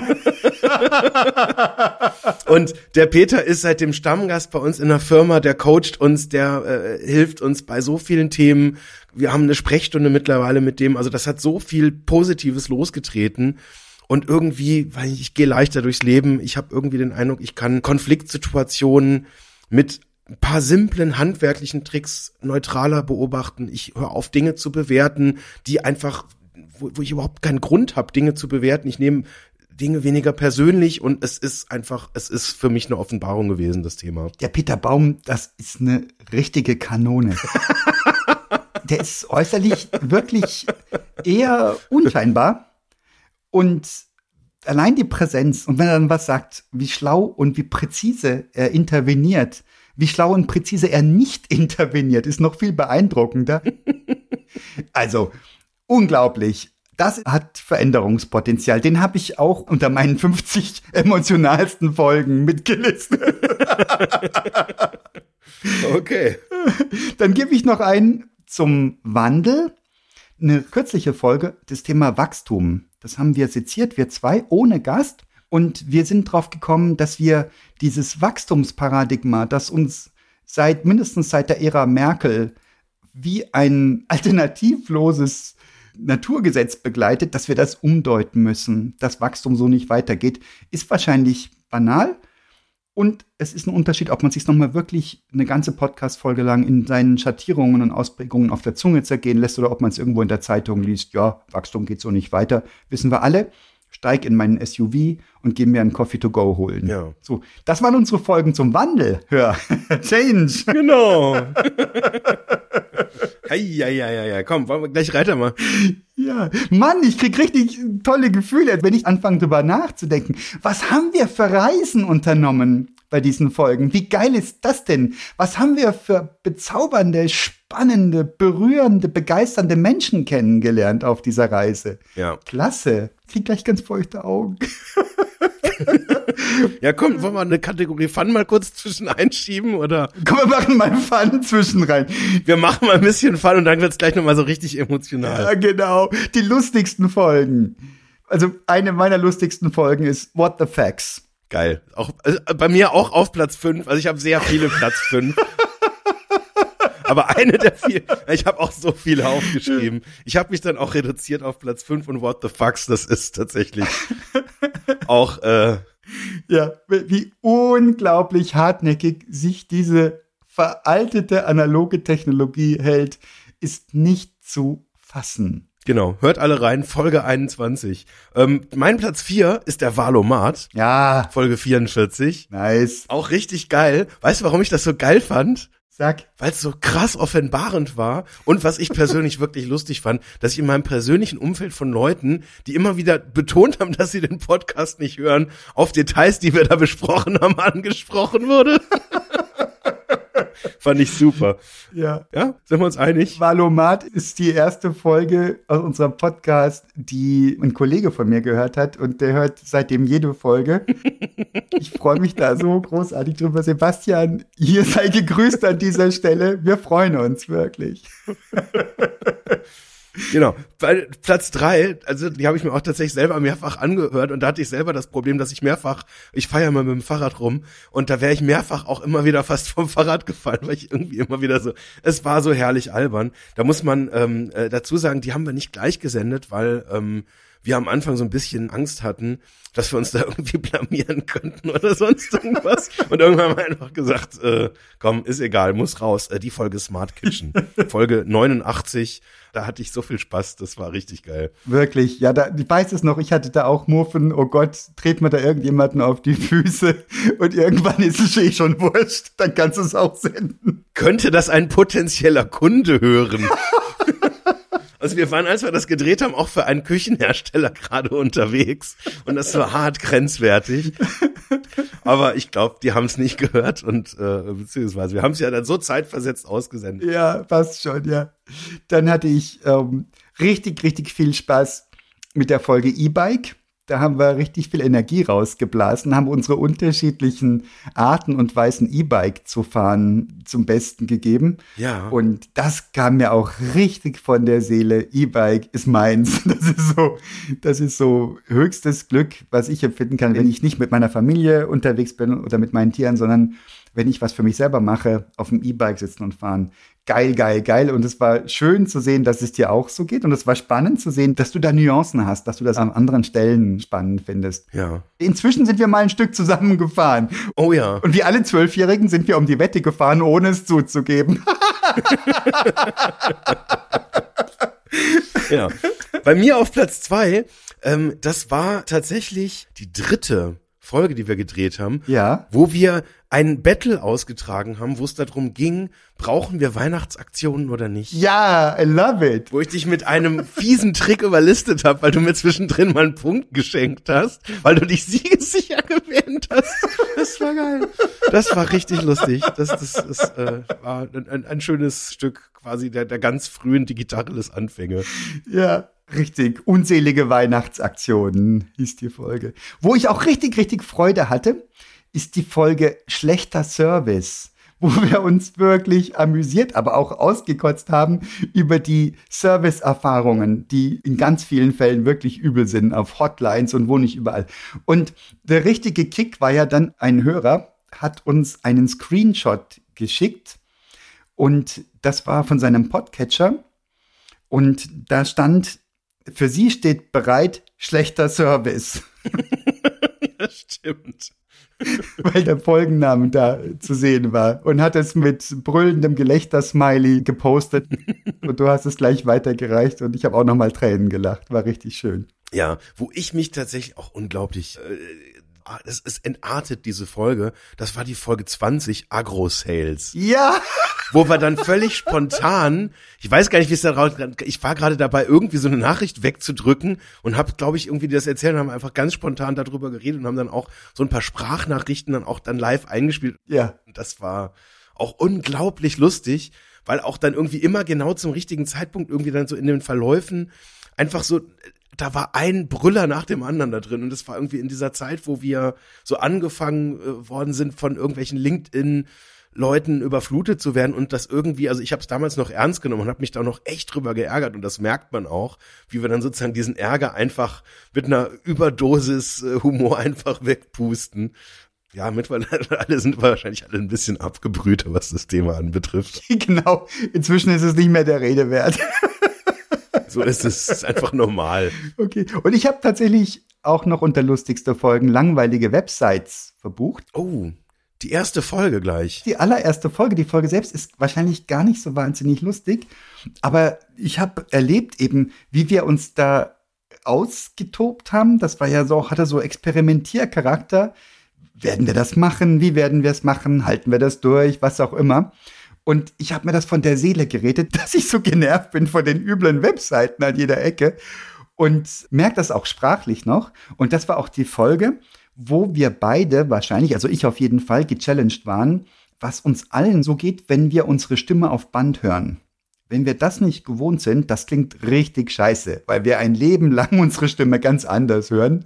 Und der Peter ist seitdem Stammgast bei uns in der Firma, der coacht uns, der hilft uns bei so vielen Themen. Wir haben eine Sprechstunde mittlerweile mit dem, also das hat so viel Positives losgetreten. Und irgendwie, weil ich gehe leichter durchs Leben, ich habe irgendwie den Eindruck, ich kann Konfliktsituationen mit ein paar simplen handwerklichen Tricks neutraler beobachten. Ich höre auf, Dinge zu bewerten, die einfach, wo ich überhaupt keinen Grund habe, Dinge zu bewerten. Ich nehme Dinge weniger persönlich und es ist für mich eine Offenbarung gewesen, das Thema. Der Peter Baum, das ist eine richtige Kanone. Der ist äußerlich wirklich eher unscheinbar und allein die Präsenz und wenn er dann was sagt, wie schlau und wie präzise er interveniert, wie schlau und präzise er nicht interveniert, ist noch viel beeindruckender. Also, unglaublich. Das hat Veränderungspotenzial. Den habe ich auch unter meinen 50 emotionalsten Folgen mitgelistet. Okay. Dann gebe ich noch einen zum Wandel. Eine kürzliche Folge, das Thema Wachstum. Das haben wir seziert, wir zwei, ohne Gast. Und wir sind drauf gekommen, dass wir dieses Wachstumsparadigma, das uns mindestens seit der Ära Merkel wie ein alternativloses Naturgesetz begleitet, dass wir das umdeuten müssen. Dass Wachstum so nicht weitergeht, ist wahrscheinlich banal. Und es ist ein Unterschied, ob man sich nochmal wirklich eine ganze Podcast-Folge lang in seinen Schattierungen und Ausprägungen auf der Zunge zergehen lässt oder ob man es irgendwo in der Zeitung liest. Ja, Wachstum geht so nicht weiter. Wissen wir alle. Steig in meinen SUV und geh mir einen Coffee to go holen. Ja. So, das waren unsere Folgen zum Wandel. Hör, Change. Genau. Ja, komm, wollen wir gleich weitermachen. Ja, Mann, ich krieg richtig tolle Gefühle, wenn ich anfange drüber nachzudenken. Was haben wir für Reisen unternommen bei diesen Folgen? Wie geil ist das denn? Was haben wir für bezaubernde, spannende, berührende, begeisternde Menschen kennengelernt auf dieser Reise? Ja. Klasse. Ich krieg gleich ganz feuchte Augen. Ja, komm, wollen wir eine Kategorie Fun mal kurz zwischen einschieben, oder? Komm, wir machen mal Fun zwischen rein. Wir machen mal ein bisschen Fun und dann wird's gleich nochmal so richtig emotional. Ja, genau. Die lustigsten Folgen. Also, eine meiner lustigsten Folgen ist What the Facts. Geil. Auch, also bei mir auch auf Platz 5. Also ich habe sehr viele Platz 5. Aber eine der vielen, ich habe auch so viele aufgeschrieben. Ich habe mich dann auch reduziert auf Platz 5 und What the Fucks, das ist tatsächlich auch ja, wie unglaublich hartnäckig sich diese veraltete analoge Technologie hält, ist nicht zu fassen. Genau, hört alle rein, Folge 21. Mein Platz 4 ist der Valomat. Ja. Folge 44. Nice. Auch richtig geil. Weißt du, warum ich das so geil fand? Sag. Weil es so krass offenbarend war und was ich persönlich wirklich lustig fand, dass ich in meinem persönlichen Umfeld von Leuten, die immer wieder betont haben, dass sie den Podcast nicht hören, auf Details, die wir da besprochen haben, angesprochen wurde. Fand ich super. Ja. Ja, sind wir uns einig? Valomat ist die erste Folge aus unserem Podcast, die ein Kollege von mir gehört hat und der hört seitdem jede Folge. Ich freue mich da so großartig drüber. Sebastian, hier sei gegrüßt an dieser Stelle. Wir freuen uns wirklich. Genau. Bei Platz 3, also die habe ich mir auch tatsächlich selber mehrfach angehört und da hatte ich selber das Problem, dass ich fahre ja mal mit dem Fahrrad rum und da wäre ich mehrfach auch immer wieder fast vom Fahrrad gefallen, weil ich irgendwie immer wieder so, es war so herrlich albern. Da muss man dazu sagen, die haben wir nicht gleich gesendet, weil wir am Anfang so ein bisschen Angst hatten, dass wir uns da irgendwie blamieren könnten oder sonst irgendwas. Und irgendwann haben wir einfach gesagt, komm, ist egal, muss raus. Die Folge Smart Kitchen, Folge 89, da hatte ich so viel Spaß, das war richtig geil. Wirklich, ja, ich weiß es noch, ich hatte da auch Murfen, oh Gott, dreht mir da irgendjemanden auf die Füße und irgendwann ist es schon wurscht, dann kannst du es auch senden. Könnte das ein potenzieller Kunde hören? Also wir waren, als wir das gedreht haben, auch für einen Küchenhersteller gerade unterwegs und das war hart grenzwertig. Aber ich glaube, die haben es nicht gehört und beziehungsweise wir haben es ja dann so zeitversetzt ausgesendet. Ja, passt schon, ja. Dann hatte ich richtig, richtig viel Spaß mit der Folge E-Bike. Da haben wir richtig viel Energie rausgeblasen, haben unsere unterschiedlichen Arten und Weisen E-Bike zu fahren zum Besten gegeben. Ja. Und das kam mir auch richtig von der Seele. E-Bike ist meins. Das ist so höchstes Glück, was ich empfinden kann, wenn ich nicht mit meiner Familie unterwegs bin oder mit meinen Tieren, sondern wenn ich was für mich selber mache, auf dem E-Bike sitzen und fahren. Geil, geil, geil. Und es war schön zu sehen, dass es dir auch so geht. Und es war spannend zu sehen, dass du da Nuancen hast, dass du das an anderen Stellen spannend findest. Ja. Inzwischen sind wir mal ein Stück zusammengefahren. Oh ja. Und wie alle 12-Jährigen sind wir um die Wette gefahren, ohne es zuzugeben. Ja. Bei mir auf Platz 2, das war tatsächlich die 3. Folge, die wir gedreht haben, Ja. wo wir ein Battle ausgetragen haben, wo es darum ging, brauchen wir Weihnachtsaktionen oder nicht? Ja, I love it. Wo ich dich mit einem fiesen Trick überlistet habe, weil du mir zwischendrin mal einen Punkt geschenkt hast, weil du dich siegessicher gewähnt hast. Das war geil. Das war richtig lustig. Das war ein schönes Stück quasi der ganz frühen Digitalis-Anfänge. Ja, richtig. Unzählige Weihnachtsaktionen hieß die Folge. Wo ich auch richtig, richtig Freude hatte, ist die Folge Schlechter Service, wo wir uns wirklich amüsiert, aber auch ausgekotzt haben über die Serviceerfahrungen, die in ganz vielen Fällen wirklich übel sind, auf Hotlines und wo nicht überall. Und der richtige Kick war ja dann, ein Hörer hat uns einen Screenshot geschickt und das war von seinem Podcatcher und da stand, für Sie steht bereit, schlechter Service. Ja, stimmt. Weil der Folgenname da zu sehen war und hat es mit brüllendem Gelächter-Smiley gepostet und du hast es gleich weitergereicht und ich habe auch nochmal Tränen gelacht. War richtig schön. Ja, wo ich mich tatsächlich auch unglaublich, es entartet, diese Folge, das war die Folge 20, Agro-Sales. Ja! Wo wir dann völlig spontan, ich weiß gar nicht, wie es da raus, ich war gerade dabei, irgendwie so eine Nachricht wegzudrücken und habe, glaube ich, irgendwie das erzählt und haben einfach ganz spontan darüber geredet und haben dann auch so ein paar Sprachnachrichten dann auch live eingespielt. Ja. Und das war auch unglaublich lustig, weil auch dann irgendwie immer genau zum richtigen Zeitpunkt irgendwie dann so in den Verläufen einfach so, da war ein Brüller nach dem anderen da drin und das war irgendwie in dieser Zeit, wo wir so angefangen worden sind von irgendwelchen LinkedIn-Leuten überflutet zu werden und das irgendwie, also ich habe es damals noch ernst genommen und habe mich da noch echt drüber geärgert und das merkt man auch, wie wir dann sozusagen diesen Ärger einfach mit einer Überdosis Humor einfach wegpusten. Ja, mittlerweile sind wir wahrscheinlich alle ein bisschen abgebrühter, was das Thema anbetrifft. Genau. Inzwischen ist es nicht mehr der Rede wert. So ist es, ist einfach normal. Okay. Und ich habe tatsächlich auch noch unter lustigste Folgen langweilige Websites verbucht. Oh, die erste Folge gleich. Die allererste Folge, die Folge selbst ist wahrscheinlich gar nicht so wahnsinnig lustig, aber ich habe erlebt eben, wie wir uns da ausgetobt haben. Das war ja so, hatte so Experimentiercharakter. Werden wir das machen? Wie werden wir es machen? Halten wir das durch? Was auch immer. Und ich habe mir das von der Seele geredet, dass ich so genervt bin von den üblen Webseiten an jeder Ecke und merke das auch sprachlich noch. Und das war auch die Folge, wo wir beide wahrscheinlich, also ich auf jeden Fall, gechallenged waren, was uns allen so geht, wenn wir unsere Stimme auf Band hören. Wenn wir das nicht gewohnt sind, das klingt richtig scheiße, weil wir ein Leben lang unsere Stimme ganz anders hören.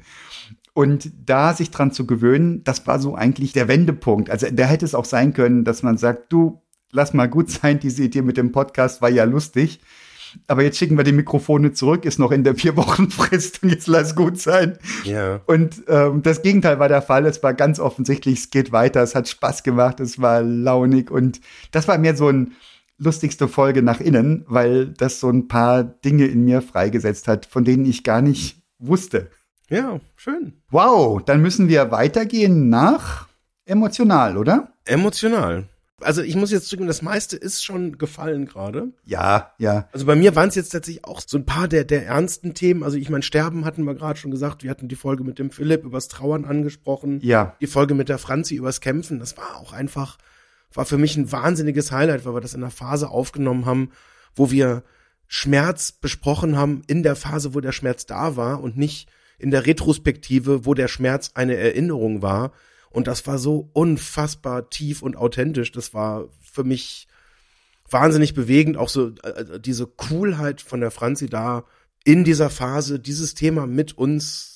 Und da sich dran zu gewöhnen, das war so eigentlich der Wendepunkt. Also da hätte es auch sein können, dass man sagt, du, lass mal gut sein, diese Idee mit dem Podcast war ja lustig. Aber jetzt schicken wir die Mikrofone zurück, ist noch in der 4-Wochen-Frist und jetzt lass gut sein. Ja. Und das Gegenteil war der Fall. Es war ganz offensichtlich, es geht weiter, es hat Spaß gemacht, es war launig. Und das war mir so eine lustigste Folge nach innen, weil das so ein paar Dinge in mir freigesetzt hat, von denen ich gar nicht wusste. Ja, schön. Wow, dann müssen wir weitergehen nach emotional, oder? Emotional. Also ich muss jetzt zugeben, das meiste ist schon gefallen gerade. Ja, ja. Also bei mir waren es jetzt tatsächlich auch so ein paar der ernsten Themen. Also ich meine, Sterben hatten wir gerade schon gesagt. Wir hatten die Folge mit dem Philipp übers Trauern angesprochen. Ja. Die Folge mit der Franzi übers Kämpfen. Das war auch einfach, war für mich ein wahnsinniges Highlight, weil wir das in einer Phase aufgenommen haben, wo wir Schmerz besprochen haben in der Phase, wo der Schmerz da war und nicht in der Retrospektive, wo der Schmerz eine Erinnerung war. Und das war so unfassbar tief und authentisch. Das war für mich wahnsinnig bewegend. Auch so diese Coolheit von der Franzi da in dieser Phase, dieses Thema mit uns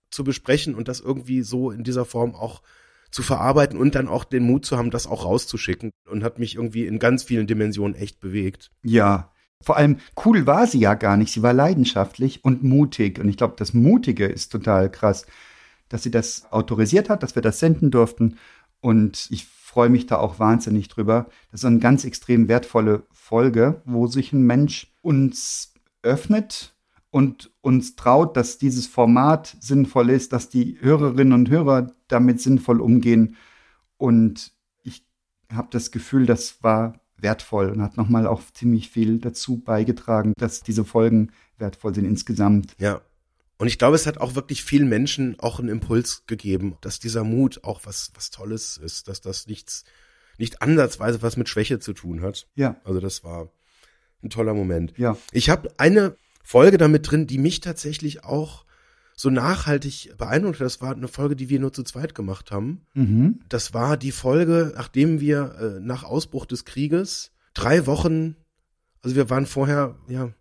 zu besprechen und das irgendwie so in dieser Form auch zu verarbeiten und dann auch den Mut zu haben, das auch rauszuschicken, und hat mich irgendwie in ganz vielen Dimensionen echt bewegt. Ja, vor allem cool war sie ja gar nicht. Sie war leidenschaftlich und mutig. Und ich glaube, das Mutige ist total krass, dass sie das autorisiert hat, dass wir das senden durften. Und ich freue mich da auch wahnsinnig drüber. Das ist eine ganz extrem wertvolle Folge, wo sich ein Mensch uns öffnet und uns traut, dass dieses Format sinnvoll ist, dass die Hörerinnen und Hörer damit sinnvoll umgehen. Und ich habe das Gefühl, das war wertvoll und hat nochmal auch ziemlich viel dazu beigetragen, dass diese Folgen wertvoll sind insgesamt. Ja. Und ich glaube, es hat auch wirklich vielen Menschen auch einen Impuls gegeben, dass dieser Mut auch was Tolles ist, dass das nicht ansatzweise was mit Schwäche zu tun hat. Ja. Also das war ein toller Moment. Ja. Ich habe eine Folge damit drin, die mich tatsächlich auch so nachhaltig beeindruckt hat. Das war eine Folge, die wir nur zu zweit gemacht haben. Mhm. Das war die Folge, nachdem wir nach Ausbruch des Krieges 3 Wochen, also wir waren vorher,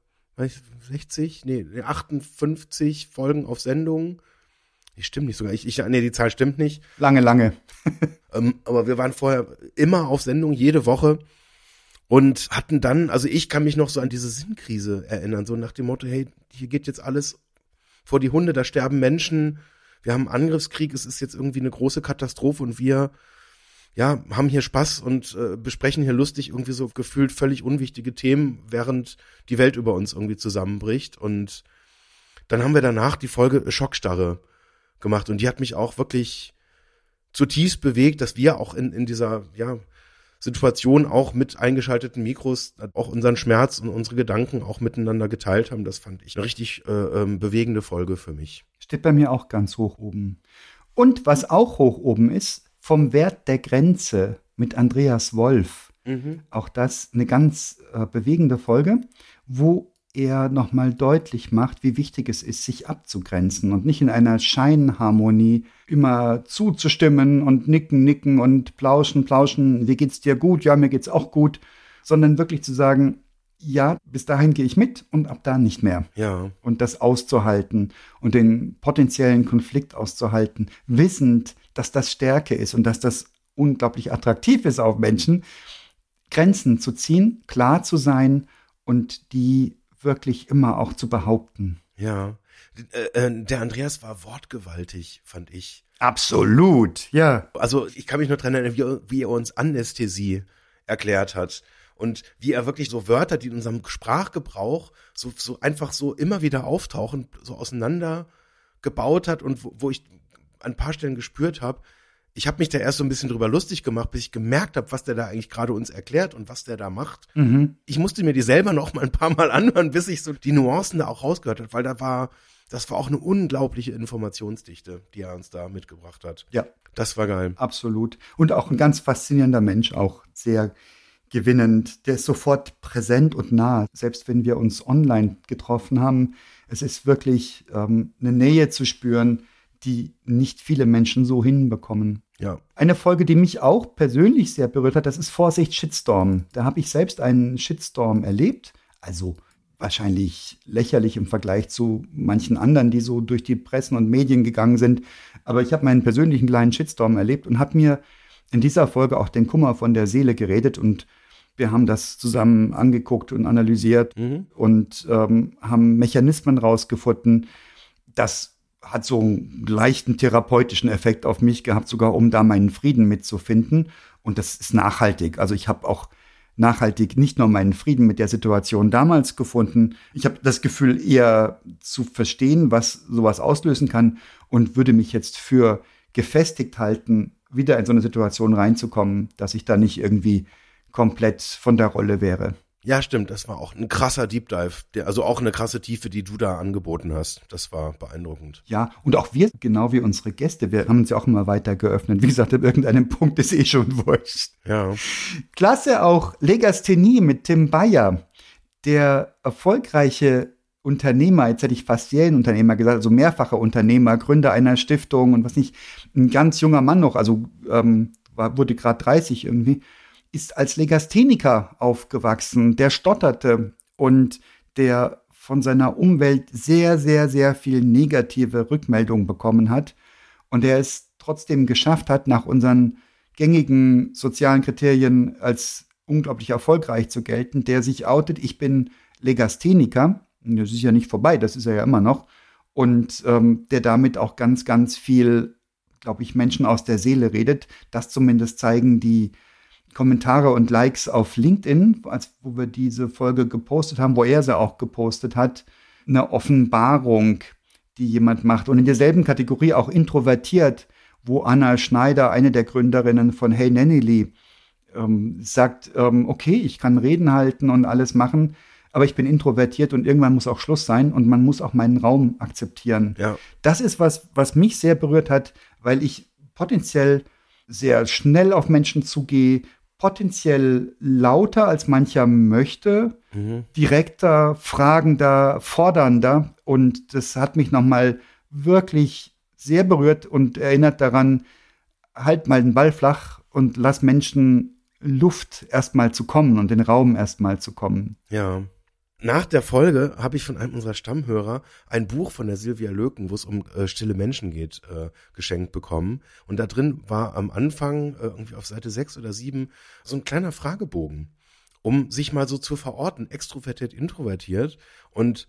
58 Folgen auf Sendung. Die stimmt nicht sogar. Die Zahl stimmt nicht. Lange. Aber wir waren vorher immer auf Sendung, jede Woche. Und hatten dann, also ich kann mich noch so an diese Sinnkrise erinnern, so nach dem Motto, hey, hier geht jetzt alles vor die Hunde, da sterben Menschen, wir haben einen Angriffskrieg, es ist jetzt irgendwie eine große Katastrophe und wir haben hier Spaß und besprechen hier lustig irgendwie so gefühlt völlig unwichtige Themen, während die Welt über uns irgendwie zusammenbricht. Und dann haben wir danach die Folge Schockstarre gemacht und die hat mich auch wirklich zutiefst bewegt, dass wir auch in dieser Situation auch mit eingeschalteten Mikros auch unseren Schmerz und unsere Gedanken auch miteinander geteilt haben. Das fand ich eine richtig bewegende Folge für mich. Steht bei mir auch ganz hoch oben. Und was auch hoch oben ist, vom Wert der Grenze mit Andreas Wolf. Mhm. Auch das eine ganz bewegende Folge, wo er nochmal deutlich macht, wie wichtig es ist, sich abzugrenzen und nicht in einer Scheinharmonie immer zuzustimmen und nicken und plauschen, wie geht's dir gut? Ja, mir geht's auch gut, sondern wirklich zu sagen, ja, bis dahin gehe ich mit und ab da nicht mehr. Ja. Und das auszuhalten und den potenziellen Konflikt auszuhalten, wissend, dass das Stärke ist und dass das unglaublich attraktiv ist auf Menschen, Grenzen zu ziehen, klar zu sein und die wirklich immer auch zu behaupten. Ja, der Andreas war wortgewaltig, fand ich. Absolut, ja. Also ich kann mich nur dran erinnern, wie er uns Anästhesie erklärt hat und wie er wirklich so Wörter, die in unserem Sprachgebrauch so einfach so immer wieder auftauchen, so auseinander gebaut hat und wo ich an ein paar Stellen gespürt habe, ich habe mich da erst so ein bisschen drüber lustig gemacht, bis ich gemerkt habe, was der da eigentlich gerade uns erklärt und was der da macht. Mhm. Ich musste mir die selber noch mal ein paar Mal anhören, bis ich so die Nuancen da auch rausgehört habe, weil das war auch eine unglaubliche Informationsdichte, die er uns da mitgebracht hat. Ja. Das war geil. Absolut. Und auch ein ganz faszinierender Mensch, auch sehr gewinnend. Der ist sofort präsent und nah, selbst wenn wir uns online getroffen haben. Es ist wirklich eine Nähe zu spüren, die nicht viele Menschen so hinbekommen. Ja. Eine Folge, die mich auch persönlich sehr berührt hat, das ist Vorsicht Shitstorm. Da habe ich selbst einen Shitstorm erlebt. Also wahrscheinlich lächerlich im Vergleich zu manchen anderen, die so durch die Pressen und Medien gegangen sind. Aber ich habe meinen persönlichen kleinen Shitstorm erlebt und habe mir in dieser Folge auch den Kummer von der Seele geredet. Und wir haben das zusammen angeguckt und analysiert und haben Mechanismen rausgefunden. Das hat so einen leichten therapeutischen Effekt auf mich gehabt, sogar um da meinen Frieden mitzufinden. Und das ist nachhaltig. Also ich habe auch nachhaltig nicht nur meinen Frieden mit der Situation damals gefunden. Ich habe das Gefühl, eher zu verstehen, was sowas auslösen kann und würde mich jetzt für gefestigt halten, wieder in so eine Situation reinzukommen, dass ich da nicht irgendwie komplett von der Rolle wäre. Ja, stimmt, das war auch ein krasser Deep Dive, also auch eine krasse Tiefe, die du da angeboten hast. Das war beeindruckend. Ja, und auch wir, genau wie unsere Gäste, wir haben uns ja auch immer weiter geöffnet. Wie gesagt, ab irgendeinem Punkt ist schon wurscht. Ja. Klasse auch Legasthenie mit Tim Bayer, der erfolgreiche Unternehmer, jetzt hätte ich fast Serienunternehmer gesagt, also mehrfacher Unternehmer, Gründer einer Stiftung und was nicht, ein ganz junger Mann noch, also wurde gerade 30 irgendwie, ist als Legastheniker aufgewachsen, der stotterte und der von seiner Umwelt sehr, sehr, sehr viel negative Rückmeldungen bekommen hat und der es trotzdem geschafft hat, nach unseren gängigen sozialen Kriterien als unglaublich erfolgreich zu gelten, der sich outet, ich bin Legastheniker, das ist ja nicht vorbei, das ist er ja immer noch, und der damit auch ganz, ganz viel, glaube ich, Menschen aus der Seele redet. Das zumindest zeigen die Kommentare und Likes auf LinkedIn, wo wir diese Folge gepostet haben, wo er sie auch gepostet hat, eine Offenbarung, die jemand macht. Und in derselben Kategorie auch introvertiert, wo Anna Schneider, eine der Gründerinnen von Hey Nanny, sagt, okay, ich kann Reden halten und alles machen, aber ich bin introvertiert und irgendwann muss auch Schluss sein und man muss auch meinen Raum akzeptieren. Ja. Das ist was mich sehr berührt hat, weil ich potenziell sehr schnell auf Menschen zugehe, potenziell lauter als mancher möchte, direkter, fragender, fordernder. Und das hat mich nochmal wirklich sehr berührt und erinnert daran, halt mal den Ball flach und lass Menschen Luft erstmal zu kommen und den Raum erstmal zu kommen. Ja. Nach der Folge habe ich von einem unserer Stammhörer ein Buch von der Silvia Löken, wo es um stille Menschen geht, geschenkt bekommen. Und da drin war am Anfang, irgendwie auf Seite 6 oder 7, so ein kleiner Fragebogen, um sich mal so zu verorten, extrovertiert, introvertiert. Und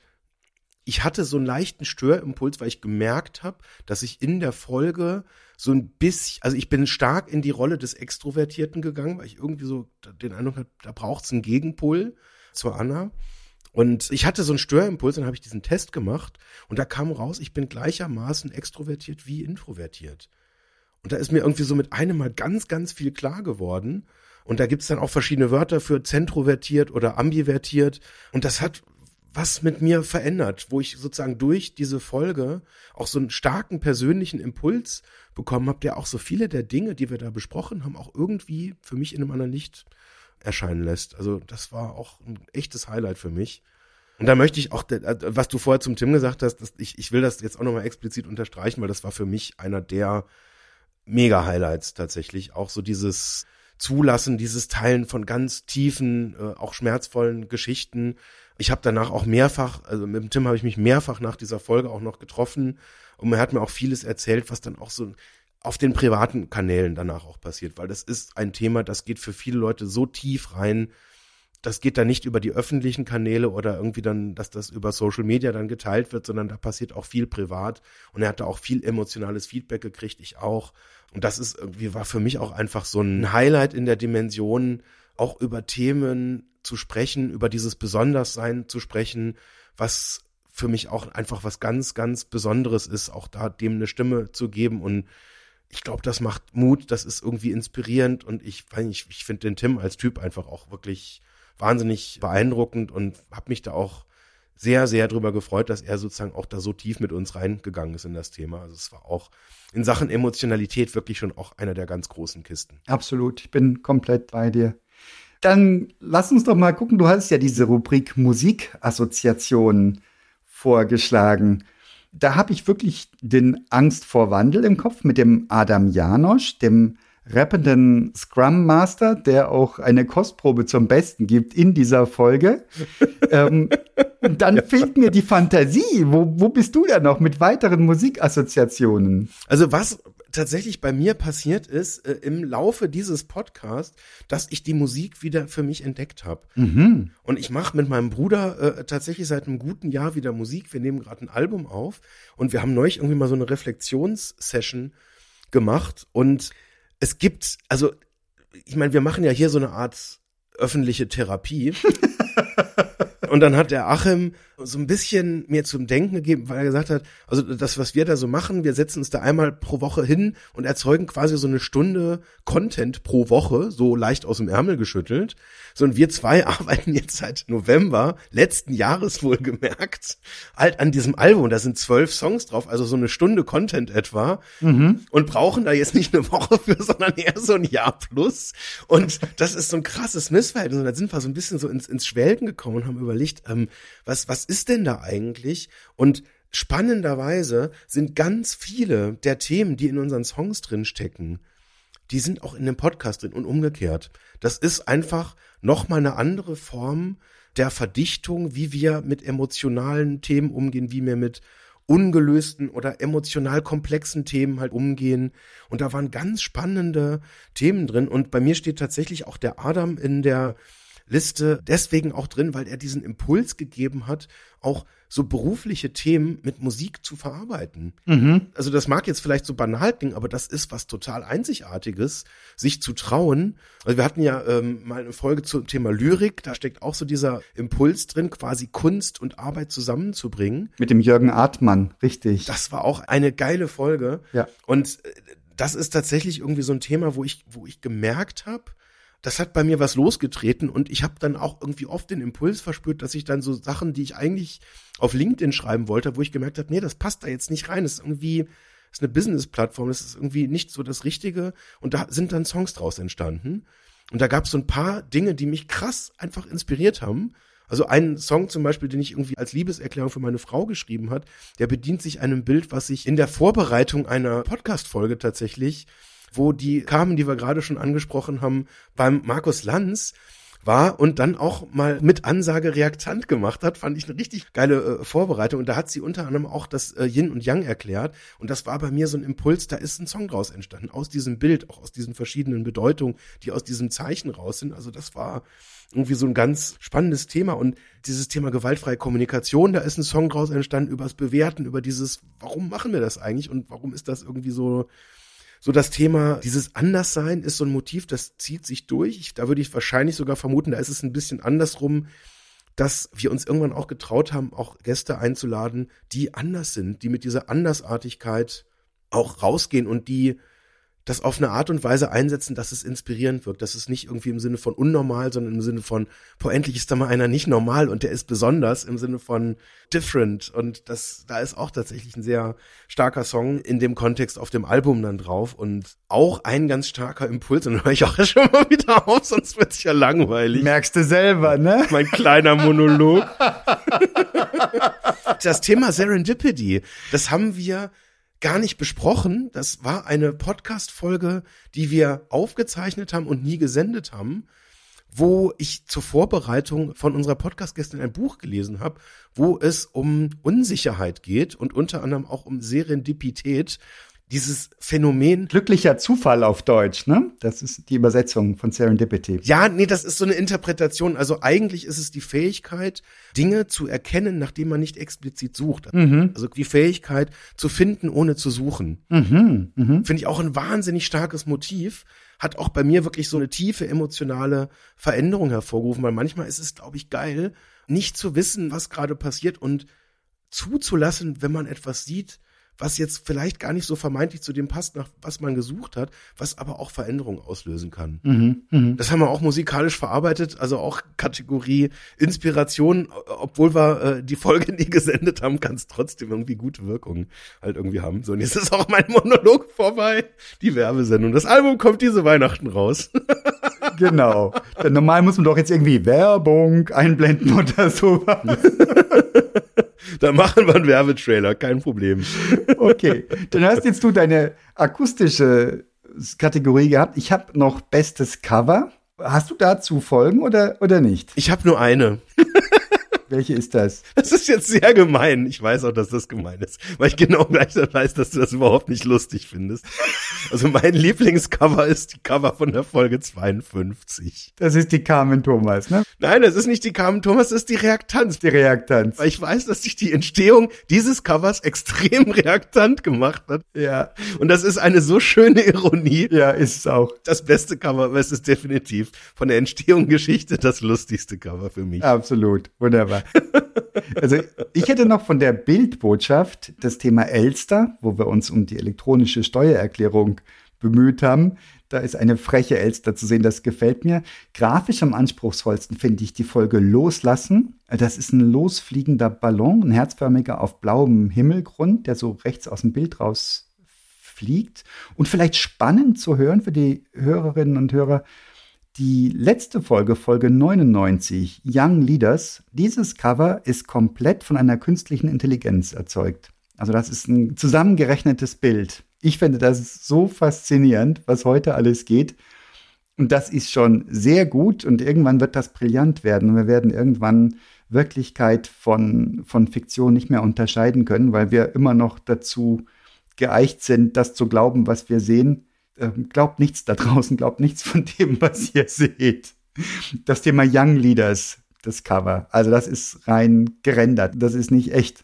ich hatte so einen leichten Störimpuls, weil ich gemerkt habe, dass ich in der Folge so ein bisschen, also ich bin stark in die Rolle des Extrovertierten gegangen, weil ich irgendwie so den Eindruck hatte, da braucht es einen Gegenpol zur Anna. Und ich hatte so einen Störimpuls, dann habe ich diesen Test gemacht und da kam raus, ich bin gleichermaßen extrovertiert wie introvertiert. Und da ist mir irgendwie so mit einem Mal ganz, ganz viel klar geworden. Und da gibt's dann auch verschiedene Wörter für zentrovertiert oder ambivertiert. Und das hat was mit mir verändert, wo ich sozusagen durch diese Folge auch so einen starken persönlichen Impuls bekommen habe, der auch so viele der Dinge, die wir da besprochen haben, auch irgendwie für mich in einem anderen Licht erscheinen lässt. Also das war auch ein echtes Highlight für mich. Und da möchte ich auch, was du vorher zum Tim gesagt hast, ich will das jetzt auch nochmal explizit unterstreichen, weil das war für mich einer der Mega-Highlights tatsächlich. Auch so dieses Zulassen, dieses Teilen von ganz tiefen, auch schmerzvollen Geschichten. Ich habe danach auch mehrfach, also mit dem Tim habe ich mich mehrfach nach dieser Folge auch noch getroffen und er hat mir auch vieles erzählt, was dann auch so auf den privaten Kanälen danach auch passiert, weil das ist ein Thema, das geht für viele Leute so tief rein, das geht da nicht über die öffentlichen Kanäle oder irgendwie dann, dass das über Social Media dann geteilt wird, sondern da passiert auch viel privat und er hat da auch viel emotionales Feedback gekriegt, ich auch. Und das ist irgendwie, war für mich auch einfach so ein Highlight in der Dimension, auch über Themen zu sprechen, über dieses Besonderssein zu sprechen, was für mich auch einfach was ganz, ganz Besonderes ist, auch da dem eine Stimme zu geben. Und ich glaube, das macht Mut, das ist irgendwie inspirierend und ich finde den Tim als Typ einfach auch wirklich wahnsinnig beeindruckend und habe mich da auch sehr, sehr drüber gefreut, dass er sozusagen auch da so tief mit uns reingegangen ist in das Thema. Also es war auch in Sachen Emotionalität wirklich schon auch einer der ganz großen Kisten. Absolut, ich bin komplett bei dir. Dann lass uns doch mal gucken, du hast ja diese Rubrik Musikassoziationen vorgeschlagen. Da habe ich wirklich den Angst vor Wandel im Kopf mit dem Adam Janosch, dem rappenden Scrum Master, der auch eine Kostprobe zum Besten gibt in dieser Folge. Dann fehlt mir die Fantasie. Wo bist du da noch mit weiteren Musikassoziationen? Also was tatsächlich bei mir passiert ist, im Laufe dieses Podcasts, dass ich die Musik wieder für mich entdeckt habe. Mhm. Und ich mache mit meinem Bruder tatsächlich seit einem guten Jahr wieder Musik. Wir nehmen gerade ein Album auf und wir haben neulich irgendwie mal so eine Reflexionssession gemacht und es gibt, also ich meine, wir machen ja hier so eine Art öffentliche Therapie. Und dann hat der Achim so ein bisschen mir zum Denken gegeben, weil er gesagt hat, also das, was wir da so machen, wir setzen uns da einmal pro Woche hin und erzeugen quasi so eine Stunde Content pro Woche, so leicht aus dem Ärmel geschüttelt. So, und wir zwei arbeiten jetzt seit November letzten Jahres wohlgemerkt halt an diesem Album. Da sind 12 Songs drauf, also so eine Stunde Content etwa. Mhm. Und brauchen da jetzt nicht eine Woche für, sondern eher so ein Jahr plus. Und das ist so ein krasses Missverhältnis. Und da sind wir so ein bisschen so ins Schwelgen gekommen und haben überlegt, was ist denn da eigentlich? Und spannenderweise sind ganz viele der Themen, die in unseren Songs drin stecken, die sind auch in dem Podcast drin und umgekehrt. Das ist einfach nochmal eine andere Form der Verdichtung, wie wir mit emotionalen Themen umgehen, wie wir mit ungelösten oder emotional komplexen Themen halt umgehen. Und da waren ganz spannende Themen drin. Und bei mir steht tatsächlich auch der Adam in der Liste deswegen auch drin, weil er diesen Impuls gegeben hat, auch so berufliche Themen mit Musik zu verarbeiten. Also das mag jetzt vielleicht so banal klingen, aber das ist was total Einzigartiges, sich zu trauen. Also wir hatten ja mal eine Folge zum Thema Lyrik, da steckt auch so dieser Impuls drin, quasi Kunst und Arbeit zusammenzubringen. Mit dem Jürgen Artmann, richtig. Das war auch eine geile Folge. Ja. Und das ist tatsächlich irgendwie so ein Thema, wo ich gemerkt habe, das hat bei mir was losgetreten und ich habe dann auch irgendwie oft den Impuls verspürt, dass ich dann so Sachen, die ich eigentlich auf LinkedIn schreiben wollte, wo ich gemerkt habe, nee, das passt da jetzt nicht rein. Das ist irgendwie, das ist eine Business-Plattform, das ist irgendwie nicht so das Richtige. Und da sind dann Songs draus entstanden. Und da gab es so ein paar Dinge, die mich krass einfach inspiriert haben. Also ein Song zum Beispiel, den ich irgendwie als Liebeserklärung für meine Frau geschrieben hat, der bedient sich einem Bild, was ich in der Vorbereitung einer Podcast-Folge tatsächlich, wo die Carmen, die wir gerade schon angesprochen haben, beim Markus Lanz war und dann auch mal mit Ansage Reaktant gemacht hat, fand ich eine richtig geile Vorbereitung. Und da hat sie unter anderem auch das Yin und Yang erklärt. Und das war bei mir so ein Impuls, da ist ein Song draus entstanden, aus diesem Bild, auch aus diesen verschiedenen Bedeutungen, die aus diesem Zeichen raus sind. Also das war irgendwie so ein ganz spannendes Thema. Und dieses Thema gewaltfreie Kommunikation, da ist ein Song draus entstanden über das Bewerten, über dieses, warum machen wir das eigentlich und warum ist das irgendwie so das Thema, dieses Anderssein ist so ein Motiv, das zieht sich durch. Da würde ich wahrscheinlich sogar vermuten, da ist es ein bisschen andersrum, dass wir uns irgendwann auch getraut haben, auch Gäste einzuladen, die anders sind, die mit dieser Andersartigkeit auch rausgehen und die das auf eine Art und Weise einsetzen, dass es inspirierend wirkt, dass es nicht irgendwie im Sinne von unnormal, sondern im Sinne von, endlich ist da mal einer nicht normal und der ist besonders im Sinne von different und da ist auch tatsächlich ein sehr starker Song in dem Kontext auf dem Album dann drauf und auch ein ganz starker Impuls und dann höre ich auch schon mal wieder auf, sonst wird es ja langweilig. Merkst du selber, ne? Mein kleiner Monolog. Das Thema Serendipity, das haben wir gar nicht besprochen. Das war eine Podcast-Folge, die wir aufgezeichnet haben und nie gesendet haben, wo ich zur Vorbereitung von unserer Podcast-Gästin ein Buch gelesen habe, wo es um Unsicherheit geht und unter anderem auch um Serendipität. Dieses Phänomen. Glücklicher Zufall auf Deutsch, ne? Das ist die Übersetzung von Serendipity. Ja, nee, das ist so eine Interpretation. Also eigentlich ist es die Fähigkeit, Dinge zu erkennen, nachdem man nicht explizit sucht. Also die Fähigkeit zu finden, ohne zu suchen. Finde ich auch ein wahnsinnig starkes Motiv. Hat auch bei mir wirklich so eine tiefe emotionale Veränderung hervorgerufen, weil manchmal ist es, glaube ich, geil, nicht zu wissen, was gerade passiert und zuzulassen, wenn man etwas sieht, was jetzt vielleicht gar nicht so vermeintlich zu dem passt, nach was man gesucht hat, was aber auch Veränderungen auslösen kann. Das haben wir auch musikalisch verarbeitet, also auch Kategorie Inspiration, obwohl wir die Folge nie gesendet haben, kann es trotzdem irgendwie gute Wirkung halt irgendwie haben. So, und jetzt ist auch mein Monolog vorbei, die Werbesendung. Das Album kommt diese Weihnachten raus. Genau. Denn normal muss man doch jetzt irgendwie Werbung einblenden oder sowas. Da machen wir einen Werbetrailer, kein Problem. Okay, dann hast jetzt du deine akustische Kategorie gehabt. Ich habe noch bestes Cover. Hast du dazu Folgen oder nicht? Ich habe nur eine. Welche ist das? Das ist jetzt sehr gemein. Ich weiß auch, dass das gemein ist, weil ich genau gleich weiß, dass du das überhaupt nicht lustig findest. Also mein Lieblingscover ist die Cover von der Folge 52. Das ist die Carmen Thomas, ne? Nein, das ist nicht die Carmen Thomas, das ist die Reaktanz. Die Reaktanz. Weil ich weiß, dass sich die Entstehung dieses Covers extrem reaktant gemacht hat. Ja. Und das ist eine so schöne Ironie. Ja, ist es auch. Das beste Cover, aber es ist definitiv von der Entstehungsgeschichte das lustigste Cover für mich. Absolut. Wunderbar. Also ich hätte noch von der Bildbotschaft das Thema Elster, wo wir uns um die elektronische Steuererklärung bemüht haben. Da ist eine freche Elster zu sehen, das gefällt mir. Grafisch am anspruchsvollsten finde ich die Folge Loslassen. Das ist ein losfliegender Ballon, ein herzförmiger auf blauem Himmelgrund, der so rechts aus dem Bild rausfliegt. Und vielleicht spannend zu hören für die Hörerinnen und Hörer, die letzte Folge, Folge 99, Young Leaders, dieses Cover ist komplett von einer künstlichen Intelligenz erzeugt. Also das ist ein zusammengerechnetes Bild. Ich finde das so faszinierend, was heute alles geht. Und das ist schon sehr gut und irgendwann wird das brillant werden. Und wir werden irgendwann Wirklichkeit von Fiktion nicht mehr unterscheiden können, weil wir immer noch dazu geeicht sind, das zu glauben, was wir sehen. Glaubt nichts da draußen, glaubt nichts von dem, was ihr seht. Das Thema Young Leaders, das Cover. Also das ist rein gerendert. Das ist nicht echt.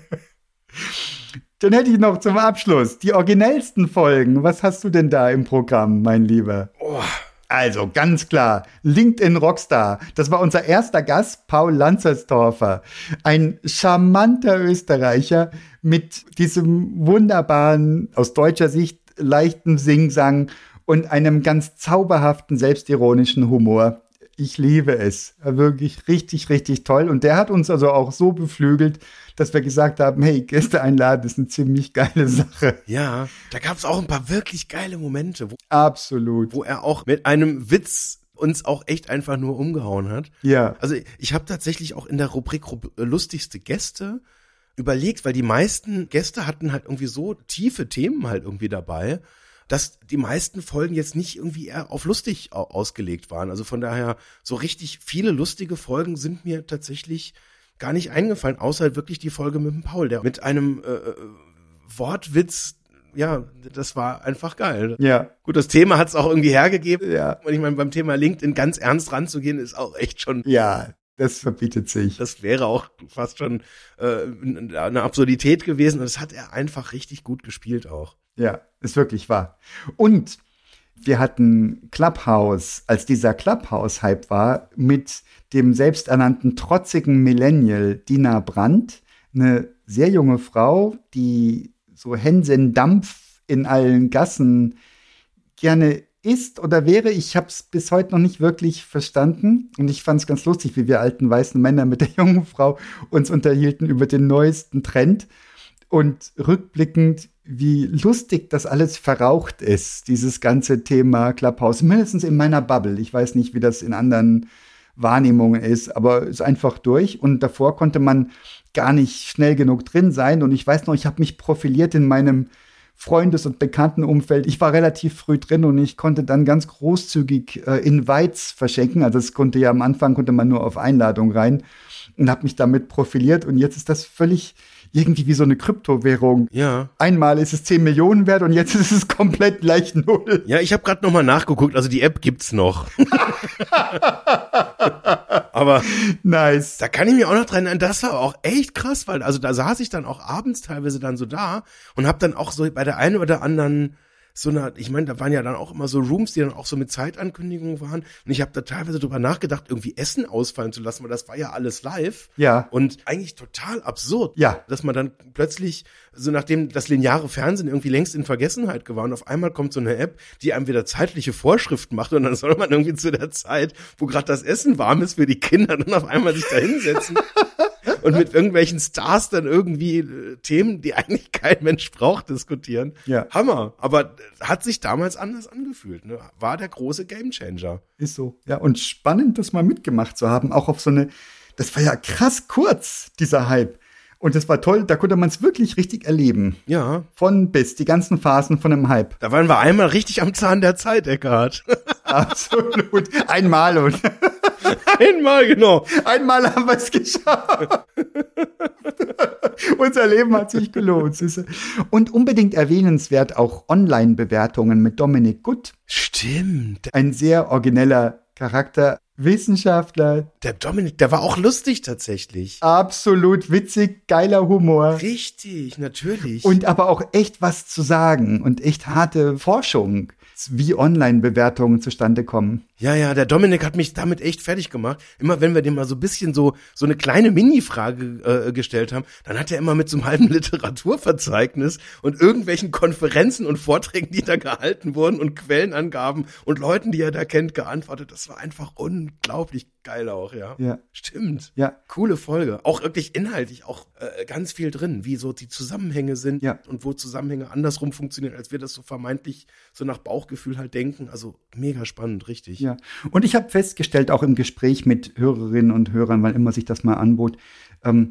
Dann hätte ich noch zum Abschluss die originellsten Folgen. Was hast du denn da im Programm, mein Lieber? Also ganz klar, LinkedIn Rockstar. Das war unser erster Gast, Paul Lanzersdorfer. Ein charmanter Österreicher mit diesem wunderbaren, aus deutscher Sicht leichten Singsang und einem ganz zauberhaften, selbstironischen Humor. Ich liebe es. Wirklich richtig, richtig toll. Und der hat uns also auch so beflügelt, dass wir gesagt haben, hey, Gäste einladen ist eine ziemlich geile Sache. Ja, da gab es auch ein paar wirklich geile Momente. Absolut. Wo er auch mit einem Witz uns auch echt einfach nur umgehauen hat. Ja. Also ich habe tatsächlich auch in der Rubrik lustigste Gäste überlegt, weil die meisten Gäste hatten halt irgendwie so tiefe Themen halt irgendwie dabei, dass die meisten Folgen jetzt nicht irgendwie eher auf lustig ausgelegt waren. Also von daher, so richtig viele lustige Folgen sind mir tatsächlich gar nicht eingefallen, außer halt wirklich die Folge mit dem Paul, der mit einem Wortwitz, ja, das war einfach geil. Ja. Gut, das Thema hat es auch irgendwie hergegeben. Ja. Und ich meine, beim Thema LinkedIn ganz ernst ranzugehen, ist auch echt schon... Ja, das verbietet sich. Das wäre auch fast schon eine Absurdität gewesen. Und das hat er einfach richtig gut gespielt auch. Ja, ist wirklich wahr. Und wir hatten Clubhouse, als dieser Clubhouse-Hype war, mit dem selbsternannten trotzigen Millennial Dina Brandt, eine sehr junge Frau, die so Hänsendampf in allen Gassen gerne ist oder wäre. Ich habe es bis heute noch nicht wirklich verstanden. Und ich fand es ganz lustig, wie wir alten weißen Männer mit der jungen Frau uns unterhielten über den neuesten Trend. Und rückblickend, wie lustig das alles verraucht ist, dieses ganze Thema Clubhouse, mindestens in meiner Bubble. Ich weiß nicht, wie das in anderen Wahrnehmungen ist, aber ist einfach durch. Und davor konnte man gar nicht schnell genug drin sein. Und ich weiß noch, ich habe mich profiliert in meinem Freundes- und Bekanntenumfeld. Ich war relativ früh drin und ich konnte dann ganz großzügig Invites verschenken. Also es konnte ja am Anfang konnte man nur auf Einladung rein und habe mich damit profiliert. Und jetzt ist das völlig irgendwie wie so eine Kryptowährung. Ja. Einmal ist es 10 Millionen wert und jetzt ist es komplett gleich null. Ja, ich habe gerade nochmal nachgeguckt, also die App gibt's noch. Aber nice. Da kann ich mich auch noch dran erinnern, das war auch echt krass, weil also da saß ich dann auch abends teilweise dann so da und habe dann auch so bei der einen oder anderen so einer, ich meine, da waren ja dann auch immer so Rooms, die dann auch so mit Zeitankündigungen waren und ich habe da teilweise drüber nachgedacht, irgendwie Essen ausfallen zu lassen, weil das war ja alles live. Ja. Und eigentlich total absurd, ja, dass man dann plötzlich, so nachdem das lineare Fernsehen irgendwie längst in Vergessenheit gewann, auf einmal kommt so eine App, die einem wieder zeitliche Vorschriften macht und dann soll man irgendwie zu der Zeit, wo gerade das Essen warm ist für die Kinder, dann auf einmal sich da hinsetzen. Und mit irgendwelchen Stars dann irgendwie Themen, die eigentlich kein Mensch braucht, diskutieren. Ja. Hammer. Aber hat sich damals anders angefühlt. Ne? War der große Gamechanger. Ist so. Ja, und spannend, das mal mitgemacht zu haben. Auch auf so eine, das war ja krass kurz, dieser Hype. Und das war toll, da konnte man es wirklich richtig erleben. Ja. Von bis, die ganzen Phasen von einem Hype. Da waren wir einmal richtig am Zahn der Zeit, Eckhard. Absolut. Einmal und einmal, genau. Einmal haben wir es geschafft. Unser Leben hat sich gelohnt. Und unbedingt erwähnenswert auch Online-Bewertungen mit Dominik Gutt. Stimmt. Ein sehr origineller Charakter. Wissenschaftler. Der Dominik, der war auch lustig tatsächlich. Absolut witzig, geiler Humor. Richtig, natürlich. Und aber auch echt was zu sagen und echt harte Forschung, wie Online-Bewertungen zustande kommen. Ja, der Dominik hat mich damit echt fertig gemacht. Immer wenn wir dem mal so ein bisschen so eine kleine Mini-Frage gestellt haben, dann hat er immer mit so einem halben Literaturverzeichnis und irgendwelchen Konferenzen und Vorträgen, die da gehalten wurden und Quellenangaben und Leuten, die er da kennt, geantwortet. Das war einfach unglaublich geil auch, ja. Ja. Stimmt. Ja. Coole Folge. Auch wirklich inhaltlich, auch ganz viel drin, wie so die Zusammenhänge sind und wo Zusammenhänge andersrum funktionieren, als wir das so vermeintlich so nach Bauchgefühl halt denken. Also mega spannend, richtig. Ja. Und ich habe festgestellt, auch im Gespräch mit Hörerinnen und Hörern, wann immer sich das mal anbot,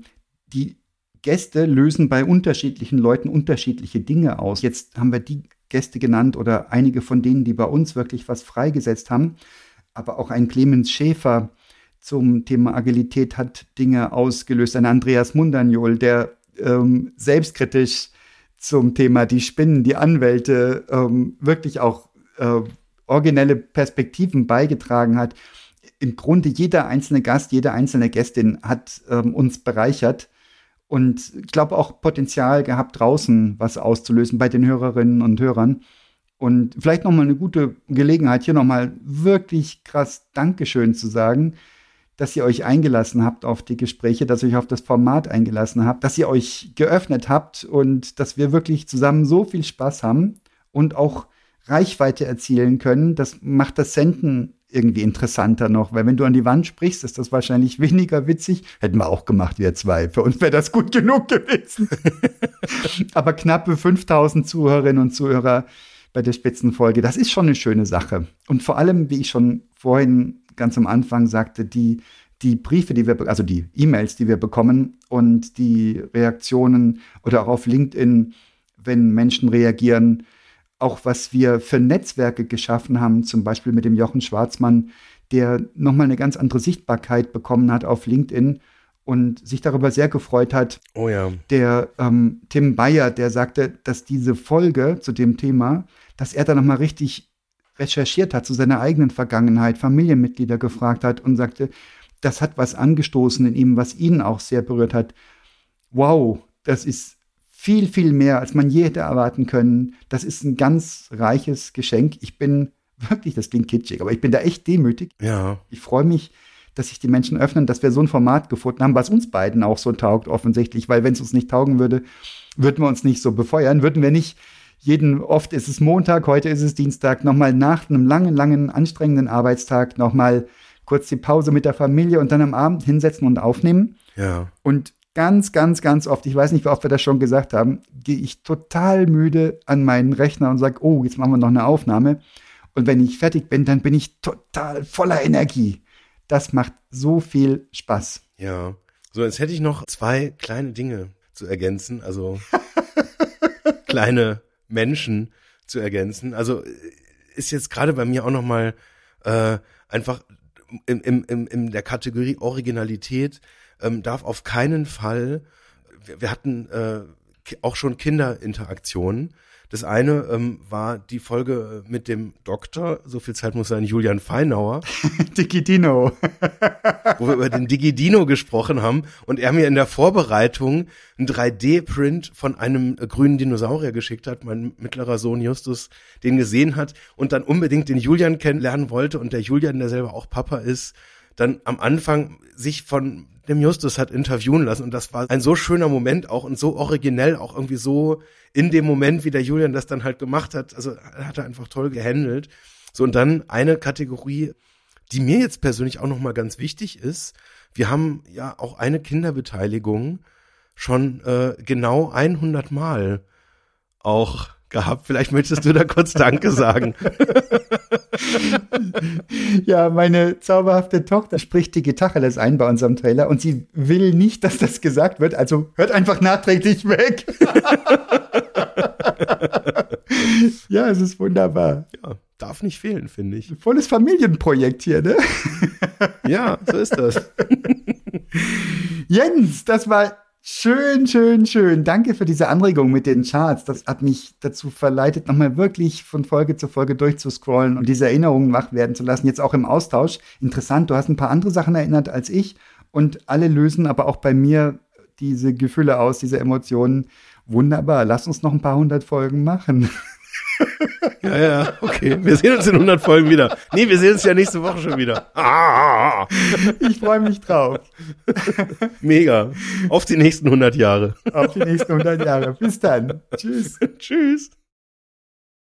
die Gäste lösen bei unterschiedlichen Leuten unterschiedliche Dinge aus. Jetzt haben wir die Gäste genannt oder einige von denen, die bei uns wirklich was freigesetzt haben. Aber auch ein Clemens Schäfer zum Thema Agilität hat Dinge ausgelöst. Ein Andreas Mundanjol, der selbstkritisch zum Thema die Spinnen, die Anwälte wirklich auch originelle Perspektiven beigetragen hat. Im Grunde jeder einzelne Gast, jede einzelne Gästin hat uns bereichert und ich glaube auch Potenzial gehabt, draußen was auszulösen bei den Hörerinnen und Hörern. Und vielleicht nochmal eine gute Gelegenheit, hier nochmal wirklich krass Dankeschön zu sagen, dass ihr euch eingelassen habt auf die Gespräche, dass ihr euch auf das Format eingelassen habt, dass ihr euch geöffnet habt und dass wir wirklich zusammen so viel Spaß haben und auch Reichweite erzielen können. Das macht das Senden irgendwie interessanter noch, weil wenn du an die Wand sprichst, ist das wahrscheinlich weniger witzig. Hätten wir auch gemacht, wir zwei. Für uns wäre das gut genug gewesen. Aber knappe 5.000 Zuhörerinnen und Zuhörer bei der Spitzenfolge, das ist schon eine schöne Sache. Und vor allem, wie ich schon vorhin ganz am Anfang sagte, die Briefe, also die E-Mails, die wir bekommen und die Reaktionen oder auch auf LinkedIn, wenn Menschen reagieren, auch was wir für Netzwerke geschaffen haben, zum Beispiel mit dem Jochen Schwarzmann, der nochmal eine ganz andere Sichtbarkeit bekommen hat auf LinkedIn und sich darüber sehr gefreut hat. Oh ja. Der Tim Bayer, der sagte, dass diese Folge zu dem Thema, dass er da nochmal richtig recherchiert hat zu seiner eigenen Vergangenheit, Familienmitglieder gefragt hat und sagte, das hat was angestoßen in ihm, was ihn auch sehr berührt hat. Wow, das ist viel, viel mehr, als man je hätte erwarten können. Das ist ein ganz reiches Geschenk. Ich bin wirklich, das klingt kitschig, aber ich bin da echt demütig. Ja. Ich freue mich, dass sich die Menschen öffnen, dass wir so ein Format gefunden haben, was uns beiden auch so taugt offensichtlich, weil wenn es uns nicht taugen würde, würden wir uns nicht so befeuern, würden wir nicht oft ist es Montag, heute ist es Dienstag, nochmal nach einem langen, langen, anstrengenden Arbeitstag nochmal kurz die Pause mit der Familie und dann am Abend hinsetzen und aufnehmen. Ja. Und ganz, ganz, ganz oft, ich weiß nicht, wie oft wir das schon gesagt haben, gehe ich total müde an meinen Rechner und sage, oh, jetzt machen wir noch eine Aufnahme. Und wenn ich fertig bin, dann bin ich total voller Energie. Das macht so viel Spaß. Ja. So, jetzt hätte ich noch 2 kleine Dinge zu ergänzen, also kleine Menschen zu ergänzen. Also ist jetzt gerade bei mir auch nochmal einfach in der Kategorie Originalität darf auf keinen Fall, wir hatten auch schon Kinderinteraktionen. Das eine war die Folge mit dem Doktor, so viel Zeit muss sein, Julian Feinauer. Digidino. Wo wir über den Digidino gesprochen haben und er mir in der Vorbereitung einen 3D-Print von einem grünen Dinosaurier geschickt hat, mein mittlerer Sohn Justus den gesehen hat und dann unbedingt den Julian kennenlernen wollte und der Julian, der selber auch Papa ist, dann am Anfang sich von dem Justus hat interviewen lassen und das war ein so schöner Moment auch und so originell, auch irgendwie so in dem Moment, wie der Julian das dann halt gemacht hat, also hat er einfach toll gehandelt. So, und dann eine Kategorie, die mir jetzt persönlich auch nochmal ganz wichtig ist, wir haben ja auch eine Kinderbeteiligung schon genau 100 Mal auch gehabt. Vielleicht möchtest du da kurz Danke sagen. Ja, meine zauberhafte Tochter spricht Digitacheles ein bei unserem Trailer und sie will nicht, dass das gesagt wird, also hört einfach nachträglich weg. Ja, es ist wunderbar. Ja, darf nicht fehlen, finde ich. Volles Familienprojekt hier, ne? Ja, so ist das. Jens, das war schön, schön, schön. Danke für diese Anregung mit den Charts. Das hat mich dazu verleitet, nochmal wirklich von Folge zu Folge durchzuscrollen und diese Erinnerungen wach werden zu lassen. Jetzt auch im Austausch. Interessant, du hast ein paar andere Sachen erinnert als ich und alle lösen aber auch bei mir diese Gefühle aus, diese Emotionen. Wunderbar, lass uns noch ein paar 100 Folgen machen. Ja, okay. Wir sehen uns in 100 Folgen wieder. Nee, wir sehen uns ja nächste Woche schon wieder. Ich freue mich drauf. Mega. Auf die nächsten 100 Jahre. Auf die nächsten 100 Jahre. Bis dann. Tschüss. Tschüss.